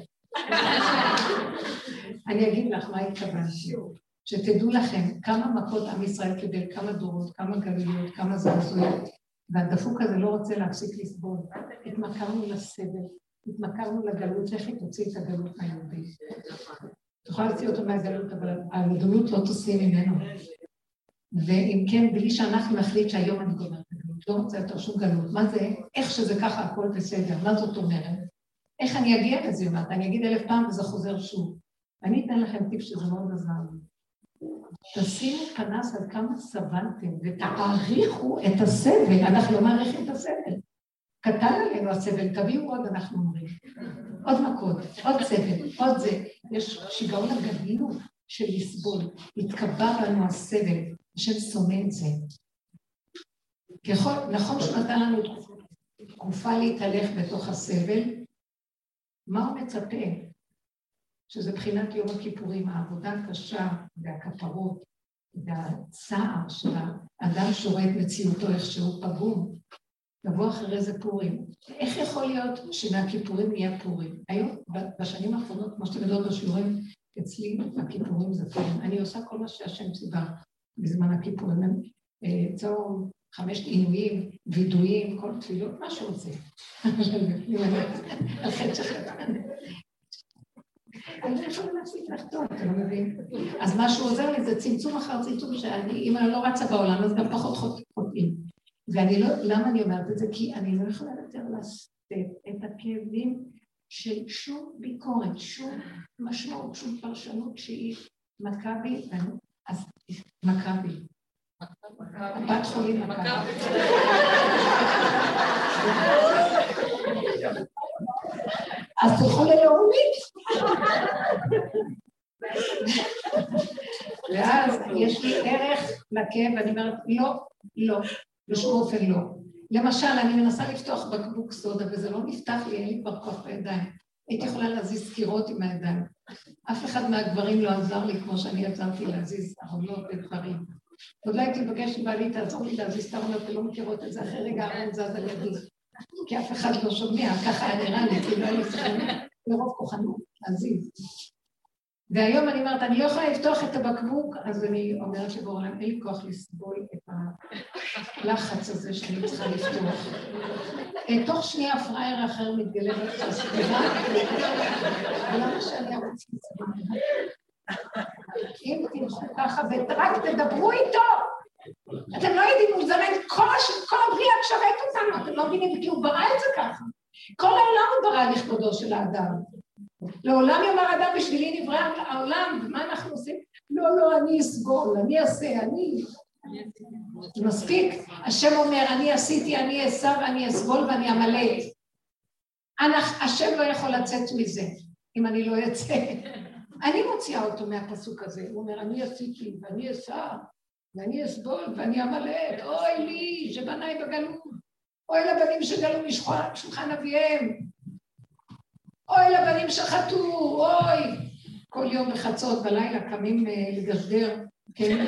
[SPEAKER 1] אני אגיד לך מה התכוונתי. שתדעו לכם כמה מכות עם ישראל קיבל, כמה דורות, כמה גלויות, כמה זעזויות, והדפוק הזה לא רוצה להפסיק לסבול. התמכרנו לסבל, התמכרנו לגלות, לכי תוציא את הגלות היהודית. תוכל להוציא אותו מהגלות, אבל הגלות לא תוציא ממנו. ואם כן, בלי שאנחנו נחליט שהיום אני גומרת הגלות, לא רוצה יותר שום גלות. מה זה? איך שזה ככה הכל בסדר, מה זאת אומרת? איך אני אגיע לזה? אני אגיד 1000 פעם וזה חוזר שוב. אני אתן לכם טיפ שזה מאוד עזר לי. תשימו פנס על כמה סבלתם ותעריכו את הסבל. אנחנו לא מעריכים את הסבל. קטן עלינו הסבל, תביאו עוד, אנחנו אומרים. עוד מכות, עוד סבל, עוד זה. יש שיגעון הגדלות של לסבול. התקבע לנו הסבל, השם שונא את זה. נכון שנתן לנו תקופה להתהלך בתוך הסבל, מה הוא מצפה? שזה בחינת יום הכיפורים, העבודה הקשה והכפרות והצער של האדם שרואה את מציאותו איך שהוא פגום, לבוא אחרי זה פורים. איך יכול להיות שמהכיפורים יהיה פורים? היום, בשנים האחרונות, כמו שאתם יודעות בשיעורים, אצלי הכיפורים זה פורים. אני עושה כל מה שהשם ציווה בזמן הכיפורים. צום, 5 עינויים, וידויים, כל תפילות, מה שהוא עושה. על חטא שחטא. אני לא יכולה להפסיק לחתום, אתה לא מבין? אז מה שהוא עוזר לי זה צמצום אחר צמצום, שאם אני לא רצה בעולם, אז גם פחות חוטאים. ואני לא, למה אני אומרת את זה? כי אני לא יכולה יותר לשאת את הכאבים של שום ביקורת, שום משמעות, שום פרשנות שהיא מכבי, אז מכבי. בת חולים מכה. אז תלכו ללאומית. ואז יש לי ערך לכאב, ואני אומרת, לא, בשום אופן לא. למשל, אני מנסה לפתוח בקבוק סודה, וזה לא נפתח לי, אין לי כבר כוח בידיים. הייתי יכולה להזיז קירות עם הידיים. אף אחד מהגברים לא עזר לי כמו שאני עזרתי להזיז ארונות ודברים. עוד לא הייתי לבקש לבעלי, תעזור לי להזיז את הארונות, ולא מכירות את זה, אחרי רגע הארון זז על ידי. כי אף אחד לא שומע, ככה היה נראה לי, כי לא היה לי צריכים לרוב כוחנות להזיז. והיום אני אומרת, אני לא יכולה לפתוח את הבקבוק, אז אני אומרת שבעולם, אין לי כוח לסבול את הלחץ הזה שאני צריכה לפתוח. תוך שנייה פרייר אחר מתגלה בסביבה, ולמה שאני ארוצה לסביבה? אם תלכו ככה ורק תדברו איתו, אתם לא יודעים, הוא זמן כל הבריאה שרת אותנו, אתם לא מבינים, כי הוא ברא את זה ככה. כל העולם הוא ברא לכבודו של האדם. לעולם יאמר אדם בשבילי נברא העולם, ומה אנחנו עושים? לא, אני אסבול, אני אעשה, אני... מספיק, השם אומר, אני עשיתי, אני אעשה ואני אסבול ואני אמלא. השם לא יכול לצאת מזה, אם אני לא אצא. אני מוציאה אותו מהפסוק הזה, הוא אומר, אני עשיתי ואני אעשה ואני אסבול ואני אמלא, אוי לי שבניי בגלות, אוי לבנים שגלו משולחן אביהם, אוי לבנים שחטאו, אוי. כל יום בחצות בלילה קמים לגשדר, כן?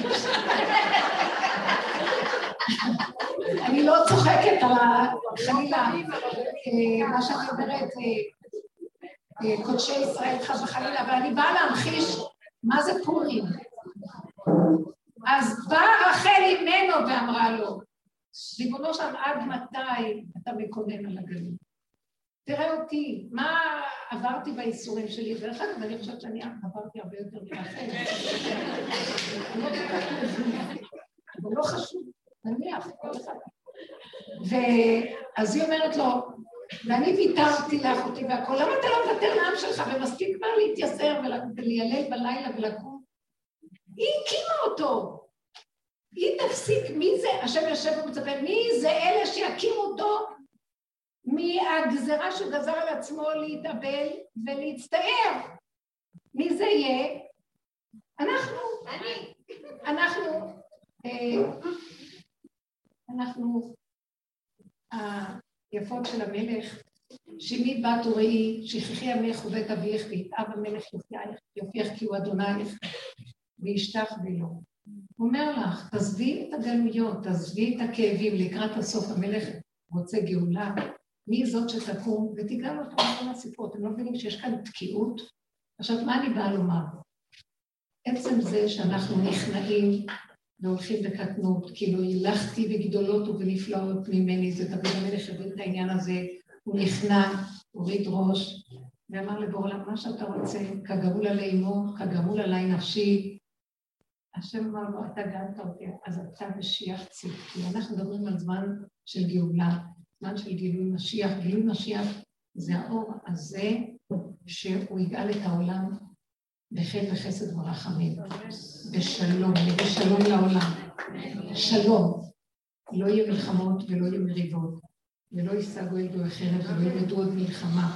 [SPEAKER 1] אני לא צוחקת על החלילה, מה שאני אומרת, קודשי ישראל חס וחלילה, אבל אני באה להמחיש מה זה פורים. אז באה רחל ממנו ואמרה לו, ריבונו שלם, עד מתי אתה מקונן על הגלות? תראה אותי, מה עברתי באיסורים שלי, דרך אגב, אני חושבת שאני עברתי הרבה יותר מרחל. אבל לא חשוב, נניח, כל אחד. ואז היא אומרת לו, ואני ויתרתי לאחותי והכל, למה אתה לא מוותר לעם שלך ומספיק כבר להתייסר וליילל בלילה ולקום? היא הקימה אותו. היא תפסיק, מי זה, השם יושב ומצפה, מי זה אלה שיקימו אותו מהגזרה שהוא גזר על עצמו להתאבל ולהצטער? מי זה יהיה? אנחנו היפות של המלך, שמי בת וראי, שכחי ימך ובית אביך, ויתאב המלך יופייך כי הוא אדונייך, וישתח בילו. הוא אומר לך, תעזבי את הגלויות, תעזבי את הכאבים, לקראת הסוף המלך רוצה גאולה, מי זאת שתקום, ותיגל אותו מכל הסיפורות. אתם לא מבינים שיש כאן תקיעות? עכשיו, מה אני באה לומר? עצם זה שאנחנו נכנעים והולכים בקטנות, כאילו הילכתי בגדולות ובנפלאות ממני, זה דוד המלך הביא את העניין הזה, הוא נכנע, הוריד ראש, ואמר לבורא, מה שאתה רוצה, כגמול עלי אמו, כגמול עלי נפשי, השם אמר לו, אתה גאלת אותי, אז אתה משיח צדקי. אנחנו מדברים על זמן של גאולה, זמן של גילוי משיח. גילוי משיח זה האור הזה שהוא יגאל את העולם בחן וחסד ורחמים, בשלום, בשלום לעולם. שלום. לא יהיה מלחמות ולא יהיה מריבות, ולא יישגו אל גוי חרב ולא ילמדו עוד מלחמה.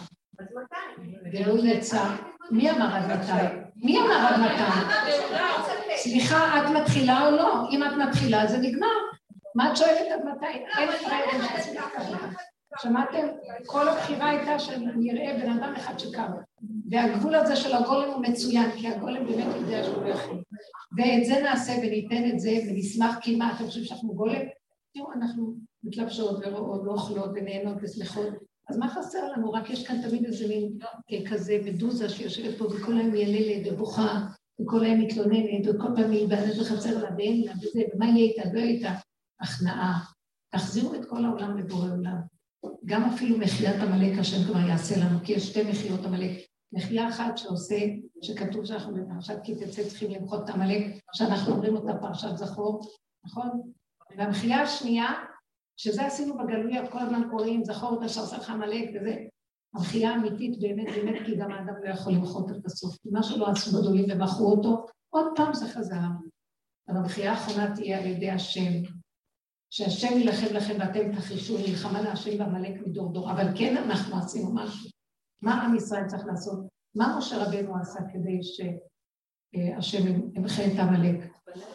[SPEAKER 1] ולא יצא. מי אמר עד מתי? מי אמר עד מתי? סליחה, את מתחילה או לא? אם את מתחילה זה נגמר. מה את שואלת עד מתי? אין פריירים. שמעתם? כל הבחירה הייתה שנראה בן אדם אחד שקם. והגבול הזה של הגולם הוא מצוין, כי הגולם באמת יודע שהוא לא יכול. ואת זה נעשה וניתן את זה ונשמח, כי מה, אתם חושבים שאנחנו גולם? תראו, אנחנו מתלבשות ורואות ואוכלות ונהנות ושמחות. אז מה חסר לנו? רק יש כאן תמיד איזה מין כזה מדוזה שיושבת פה וכל היום יללת ובוכה, וכל היום מתלוננת, וכל פעם היא בענת וחסר לה ואין לה וזה, ומה יהיה איתה? לא יהיה איתה הכנעה. תחזירו את כל העולם לבורא עולם. גם אפילו מחיית המלאק השם כבר יעשה לנו, כי יש שתי מחיות המלאק. מחייה אחת שעושה, שכתוב שאנחנו בפרשת כי תצא צריכים למחות את המלאק, שאנחנו אומרים אותה פרשת זכור, נכון? והמחייה השנייה, שזה עשינו בגלויה, כל הזמן קוראים, זכור את אשר עשה המלאק וזה, המחייה האמיתית באמת, כי גם האדם לא יכול למחות את הסוף, כי מה שלא עשו גדולים ומחו אותו, עוד פעם זה חזר. אבל הבחירה האחרונה תהיה על ידי השם. שהשם ילחם לכם ואתם תחישו מלחמה להשם ועמלק מדור דור. אבל כן אנחנו עשינו משהו. מה עם ישראל צריך לעשות? מה משה רבנו עשה כדי שהשם ימחה את עמלק?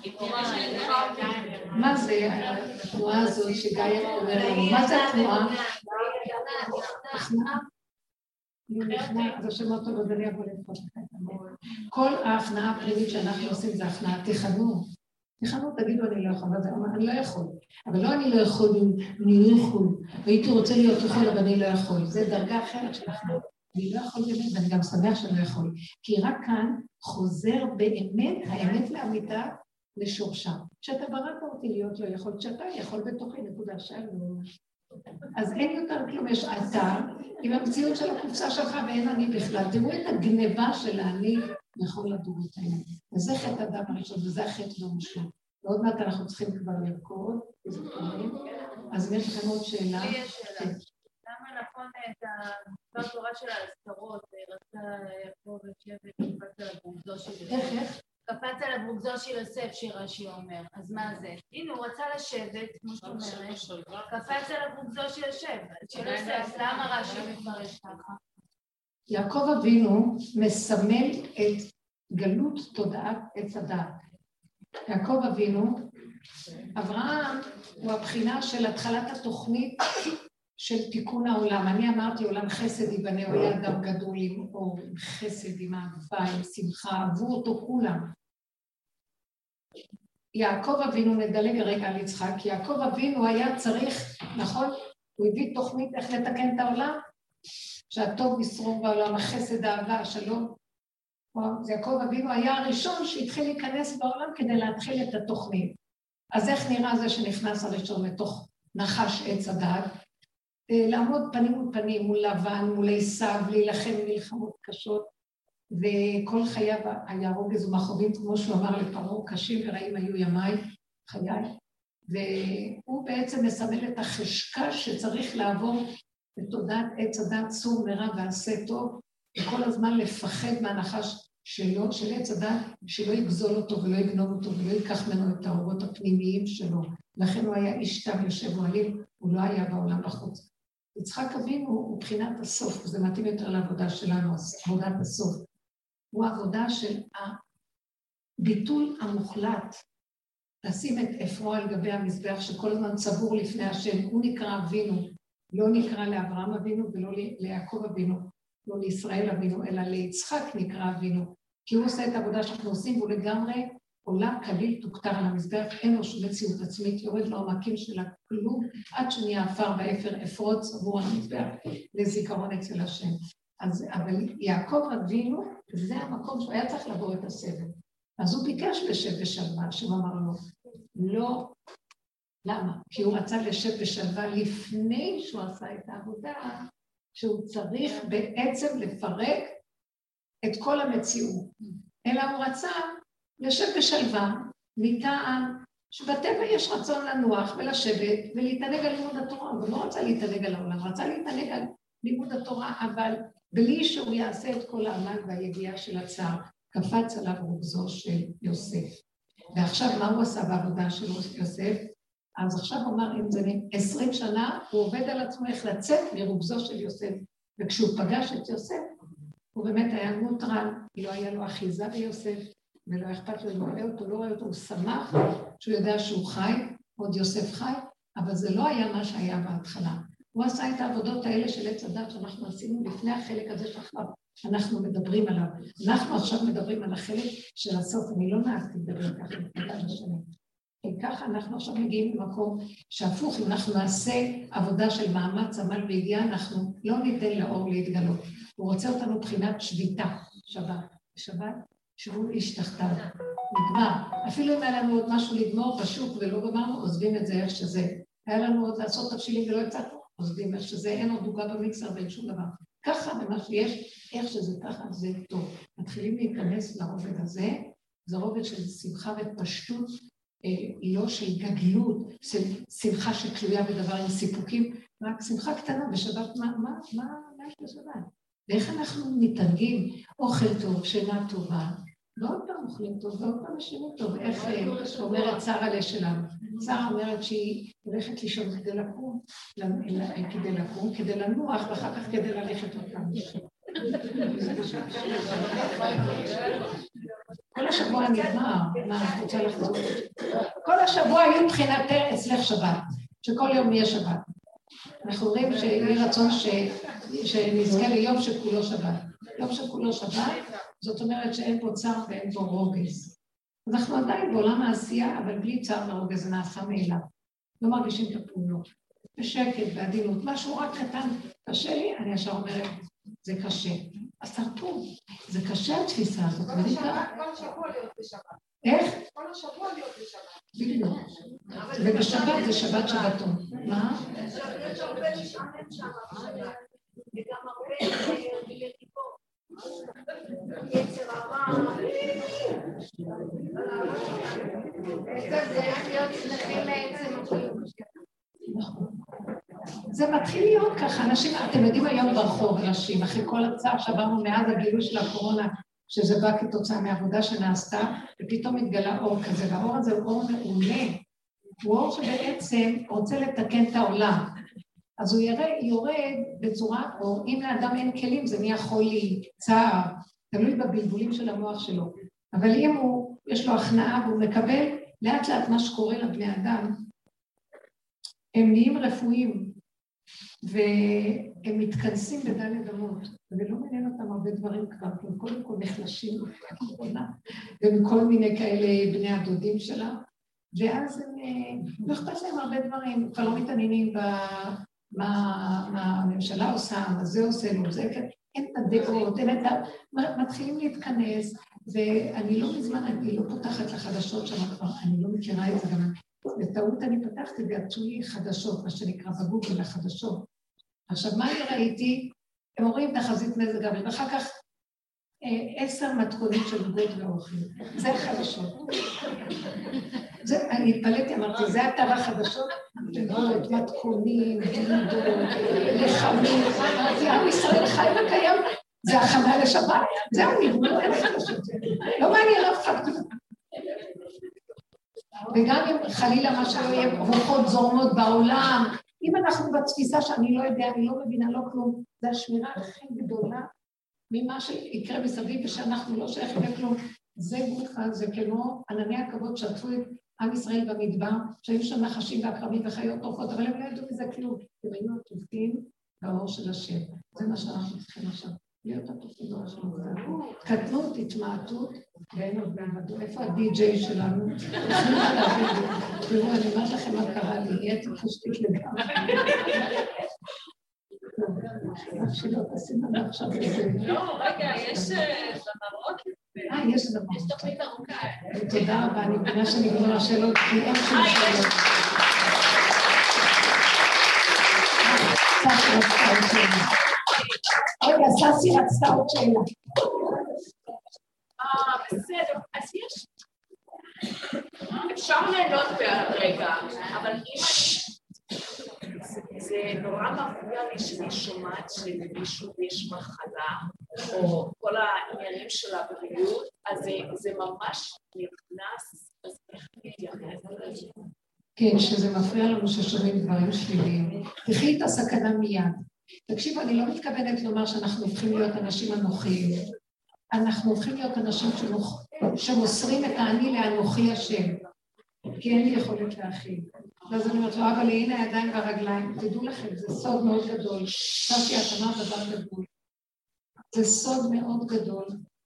[SPEAKER 1] מה זה התנועה הזאת שגיא אומר לנו? מה זה התנועה? אז השם אותו לא דלי אבוא לפות לך את עמלק. כל ההכנעה הפנימית שאנחנו עושים זה הכנעה. תכנו, תגידו אני לא יכול, אני לא יכול. אבל לא אני לא יכול, אני לא יכול. והייתי רוצה להיות יכול, אבל אני לא יכול. זה דרגה אחרת של הכנעה. אני לא יכול באמת, ואני גם שמח שאני לא יכול. כי רק כאן חוזר באמת, האמת לאמיתה, לשורשה. כשאתה בראת אותי להיות לא יכול, כשאתה יכול בתוכי נקודה שלנו. אז אין יותר כלום, יש אתה, עם המציאות של הקופסה שלך ואין אני בכלל. תראו את הגניבה של אני לכל הדורות האלה. וזה חטא אדם הראשון, וזה החטא במשהו. ועוד מעט אנחנו צריכים כבר לרקוד, אז יש לכם עוד שאלה.
[SPEAKER 3] לי יש שאלה. למה נכון את הדבר תורה של ההזכרות, רצה יעקב לשבת, קפץ על הברוגזו של יוסף?
[SPEAKER 1] איך?
[SPEAKER 3] קפץ על הברוגזו של יוסף, שרש"י אומר. אז מה זה? הנה, הוא רצה לשבת, כמו שאת אומרת, קפץ על הברוגזו של יוסף. למה רש"י מפרש ככה?
[SPEAKER 1] יעקב אבינו מסמל את גלות תודעת עץ הדעת. יעקב אבינו, אברהם הוא הבחינה של התחלת התוכנית של תיקון העולם. אני אמרתי עולם חסד ייבנה, הוא היה אדם גדול עם אור, עם חסד, עם אהבה, עם שמחה, אהבו אותו כולם. יעקב אבינו, נדלג רגע על יצחק, יעקב אבינו היה צריך, נכון? הוא הביא תוכנית איך לתקן את העולם, שהטוב ישרור בעולם, החסד, האהבה, השלום. יעקב אבינו היה הראשון שהתחיל להיכנס בעולם כדי להתחיל את התוכנית. אז איך נראה זה שנכנס הראשון לתוך נחש עץ הדעת? לעמוד פנים מול פנים, מול לבן, מול עשיו, להילחם מלחמות קשות, וכל חייו היה רוגז ומכאובים, כמו שהוא אמר לפרעה, קשים ורעים היו ימיי, חיי, והוא בעצם מסמל את החשקה שצריך לעבור בתודעת עץ הדעת סור מרע ועשה טוב, וכל הזמן לפחד מהנחש שלו, של עץ הדעת, שלא יגזול אותו ולא יגנוב אותו ולא ייקח ממנו את האורות הפנימיים שלו. לכן הוא היה איש תם יושב אוהלים, הוא לא היה בעולם בחוץ. יצחק אבינו הוא בחינת הסוף, וזה מתאים יותר לעבודה שלנו, עבודת הסוף. הוא העבודה של הביטול המוחלט, לשים את אפרו על גבי המזבח שכל הזמן צבור לפני השם, הוא נקרא אבינו, לא נקרא לאברהם אבינו ולא ליעקב אבינו, לא לישראל אבינו, אלא ליצחק נקרא אבינו, כי הוא עושה את העבודה שאנחנו עושים, והוא לגמרי עולם כליל תוקטר על המזבח, אין לו שום מציאות עצמית, יורד לעומקים שלה כלום, עד שנהיה אפר באפר אפרוץ עבור המזבח לזיכרון אצל השם. אבל יעקב אבינו, זה המקום שהוא היה צריך לעבור את הסבל. אז הוא ביקש לשב בשלווה, השם אמר לו, לא, למה? כי הוא רצה לשב בשלווה לפני שהוא עשה את העבודה, שהוא צריך בעצם לפרק את כל המציאות. אלא הוא רצה לשב בשלווה, מטעם שבטבע יש רצון לנוח ולשבת ולהתענג על לימוד התורה. הוא לא רצה להתענג על העולם, רצה להתענג על לימוד התורה, אבל בלי שהוא יעשה את כל העמל והיגיעה של הצער, קפץ עליו רוגזו של יוסף. ועכשיו מה הוא עשה בעבודה של יוסף? אז עכשיו הוא אמר, אם זה 20 שנה, הוא עובד על עצמו איך לצאת מרוגזו של יוסף. וכשהוא פגש את יוסף, הוא באמת היה מוטרן, לא היה לו אחיזה ביוסף, ולא אכפת לו, לא רואה אותו, לא רואה אותו, הוא שמח שהוא יודע שהוא חי, עוד יוסף חי, אבל זה לא היה מה שהיה בהתחלה. הוא עשה את העבודות האלה של עץ הדת שאנחנו עשינו לפני החלק הזה שאנחנו מדברים עליו. אנחנו עכשיו מדברים על החלק של הסוף, אני לא נהגתי לדבר ככה בקטן השנים. ככה אנחנו עכשיו מגיעים למקום שהפוך, אם אנחנו נעשה עבודה של מאמץ, עמל והגיעה, אנחנו לא ניתן לאור להתגלות. הוא רוצה אותנו בחינת שביתה, שבת. שבת, שבו איש תחתיו. נגמר. אפילו אם היה לנו עוד משהו לגמור בשוק ולא גמרנו, עוזבים את זה איך שזה. היה לנו עוד לעשות תבשילים ולא הצענו, עוזבים איך שזה, אין עוד דוגה במיקסר ואין שום דבר. ככה במה שיש, איך שזה ככה, זה טוב. מתחילים להיכנס לרובד הזה, זה רובד של שמחה ופשטות, לא של גדלות, של שמחה שתלויה בדבר עם סיפוקים, רק שמחה קטנה בשבת, מה יש בשבת? ואיך אנחנו מתענגים אוכל טוב, שינה טובה, ועוד פעם אוכלים טוב, ועוד פעם ישנים טוב. איך אומרת שרה שלנו? שרה אומרת שהיא הולכת לישון כדי לקום, כדי לנוח, ואחר כך כדי ללכת עוד פעם. כל השבוע נגמר, מה, את רוצה לחזור? כל השבוע היו מבחינת אצלך שבת, שכל יום יהיה שבת. אנחנו אומרים שיהיה רצון שנזכה ליום שכולו שבת. יום שכולו שבת, זאת אומרת שאין פה צער ואין פה רוגז. אנחנו עדיין בעולם העשייה, אבל בלי צער ורוגז, זה נעשה מאליו. לא מרגישים את הפעולות. בשקט, בעדינות, משהו רק קטן, קשה לי, אני ישר אומרת, זה קשה. אז תרפו, זה קשה התפיסה הזאת.
[SPEAKER 2] כל השבוע להיות בשבת.
[SPEAKER 1] איך?
[SPEAKER 2] כל השבוע להיות בשבת.
[SPEAKER 1] בדיוק. ובשבת זה שבת שבתון. מה?
[SPEAKER 2] יש הרבה משעמם שם, וגם הרבה יריבות. יצר הרע.
[SPEAKER 3] זה להיות שמחים מעצם הקיום.
[SPEAKER 1] נכון. זה מתחיל להיות ככה, אנשים, אתם יודעים היום ברחוב אנשים, אחרי כל הצער שעברנו מאז הגילוי של הקורונה, שזה בא כתוצאה מעבודה שנעשתה, ופתאום התגלה אור כזה, והאור הזה הוא אור מעולה, הוא אור שבעצם רוצה לתקן את העולם, אז הוא יורד בצורה, או אם לאדם אין כלים, זה נהיה חולי, צער, תלוי בבלבולים של המוח שלו, אבל אם יש לו הכנעה והוא מקבל לאט לאט מה שקורה לבני אדם, הם נהיים רפואיים, והם מתכנסים בדלת אמות, ולא מעניין אותם הרבה דברים כבר, הם קודם כל נחלשים בקורונה, ומכל מיני כאלה בני הדודים שלה, ואז הם לא אכפת להם הרבה דברים, כבר לא מתעניינים מה הממשלה עושה, מה זה עושה, לא זה, אין את הדעות, אין את ה... מתחילים להתכנס, ואני לא מזמן, אני לא פותחת לחדשות שם כבר, אני לא מכירה את זה גם, בטעות אני פתחתי ועצו לי חדשות, מה שנקרא בגוגל החדשות. עכשיו, מה אני ראיתי? הם אומרים תחזית מזג האוויר, ואחר כך 10 מתכונים של עוגות ואוכל. זה החדשות. אני התפלאתי, אמרתי, זה אתר החדשות? עוגות, מתכונים, דידות, לחמים, אמרתי, עם ישראל חי וקיים, זה הכנה לשבת, זהו, נרמלו, אין חדשות. לא מעניין אף אחד. וגם אם חלילה מה שלא יהיה רוחות זורמות בעולם, אם אנחנו בתפיסה שאני לא יודע, אני לא מבינה, לא כלום, זה השמירה הכי גדולה ממה שיקרה מסביב ושאנחנו לא שייכים לכלום. זה גופה, זה כמו ענני הכבוד שטפו את עם ישראל במדבר, שהיו שם נחשים ועקרבים וחיות טורפות, אבל הם לא ידעו מזה כלום. הם היו עטופים באור של השם. זה מה שאנחנו צריכים עכשיו. להיות עטופים באור של השם. קטנות, התמעטות, ואין עוד בעמדו. איפה הדי-ג'יי שלנו? תראו, אני אומרת לכם מה קרה לי, נהיית פושטית לגמרי. רק שלא תשים עליו עכשיו איזה...
[SPEAKER 2] לא, רגע, יש זמרות.
[SPEAKER 1] יש זמרות.
[SPEAKER 2] יש תוכנית ארוכה.
[SPEAKER 1] תודה רבה, אני מבינה שאני גמור השאלות, כי אין שום שאלות. רגע, ססי רצתה עוד שאלה.
[SPEAKER 2] בסדר, אז יש... אפשר ליהנות ברגע, אבל אם... זה נורא מפריע לי שאני שומעת שלמישהו יש מחלה, או כל העניינים של הבריאות, אז זה ממש נכנס, אז איך להתייחס?
[SPEAKER 1] כן, שזה מפריע לנו ששומעים דברים שליליים. תחי את הסכנה מיד. תקשיבו, אני לא מתכוונת לומר שאנחנו הופכים להיות אנשים אנוכיים. אנחנו הופכים להיות אנשים שמוסרים את האני לאנוכי השם. כי אין לי יכולת להכיל. ואז אני אומרת לו, אבל הנה הידיים והרגליים, תדעו לכם, זה סוד מאוד גדול. ספי, את אמרת דבר גדול. זה סוד מאוד גדול,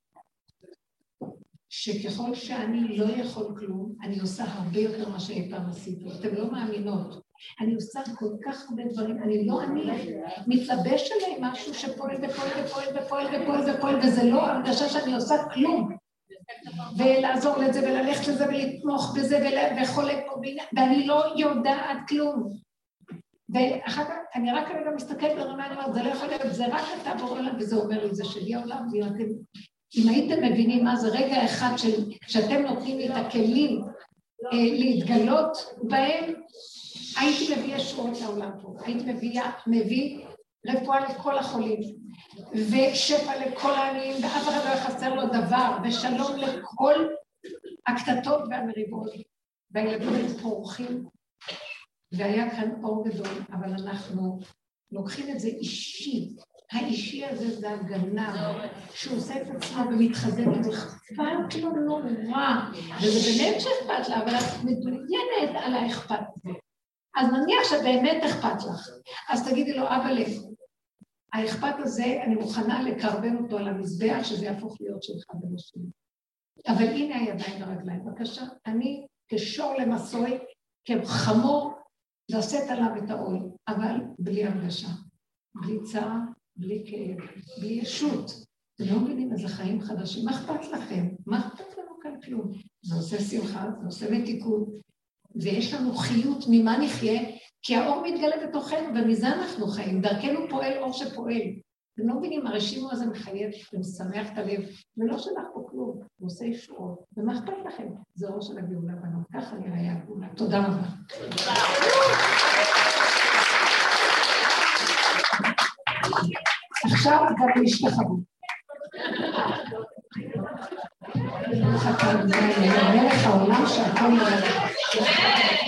[SPEAKER 1] שככל שאני לא יכול כלום, אני עושה הרבה יותר מה שאי פעם עשיתי. אתם לא מאמינות. אני עושה כל כך הרבה דברים, אני מתלבש עליי משהו שפועל ופועל ופועל ופועל ופועל ופועל, וזה לא הרגשה שאני עושה כלום. ולעזור לזה וללכת לזה ולתמוך בזה וחולק פה ואני לא יודעת כלום. ואחר כך אני רק כרגע מסתכלת ברמה, אני אומרת, זה לא יכול להיות, זה רק אתה בעולם, וזה אומר לי, זה שלי העולם, אם הייתם מבינים מה זה רגע אחד שאתם נותנים לי את הכלים להתגלות בהם, הייתי מביא ישועות לעולם פה, הייתי מביא רפואה לכל החולים. ושפע לכל העניים, ואף אחד לא יחסר לו דבר, ושלום לכל הקטטות והמריבות, והילדים פורחים, והיה כאן אור גדול, אבל אנחנו לוקחים את זה אישי. האישי הזה זה הגנה, שהוא עושה את עצמו ומתחזק, אכפת לו נורא, וזה באמת שאכפת לה, אבל את מדוינת על האכפת הזה. אז נניח שבאמת אכפת לך, אז תגידי לו, אבא לב, האכפת הזה, אני מוכנה לקרבן אותו על המזבח, שזה יהפוך להיות שלך ולא שלי. אבל הנה הידיים והרגליים, בבקשה, אני כשור למסוי, כחמור, לשאת עליו את העול, אבל בלי הרגשה, בלי צער, בלי כאב, בלי ישות. אתם לא מבינים איזה חיים חדשים, מה אכפת לכם? מה אכפת לנו כאן כלום? זה עושה שמחה, זה עושה מתיקות, ויש לנו חיות ממה נחיה, כי האור מתגלה בתוכנו, ומזה אנחנו חיים, דרכנו פועל אור שפועל. אתם לא מבינים, הרשימו הזה מחייב, ומשמח את הלב, ולא שלח פה כלום, הוא עושה ישועות, ומה אכפת לכם? זה אור של הגאולה בנו, ככה נראה הגאולה. תודה רבה. עכשיו גם נשתחוו. מלך העולם שהכל נראה.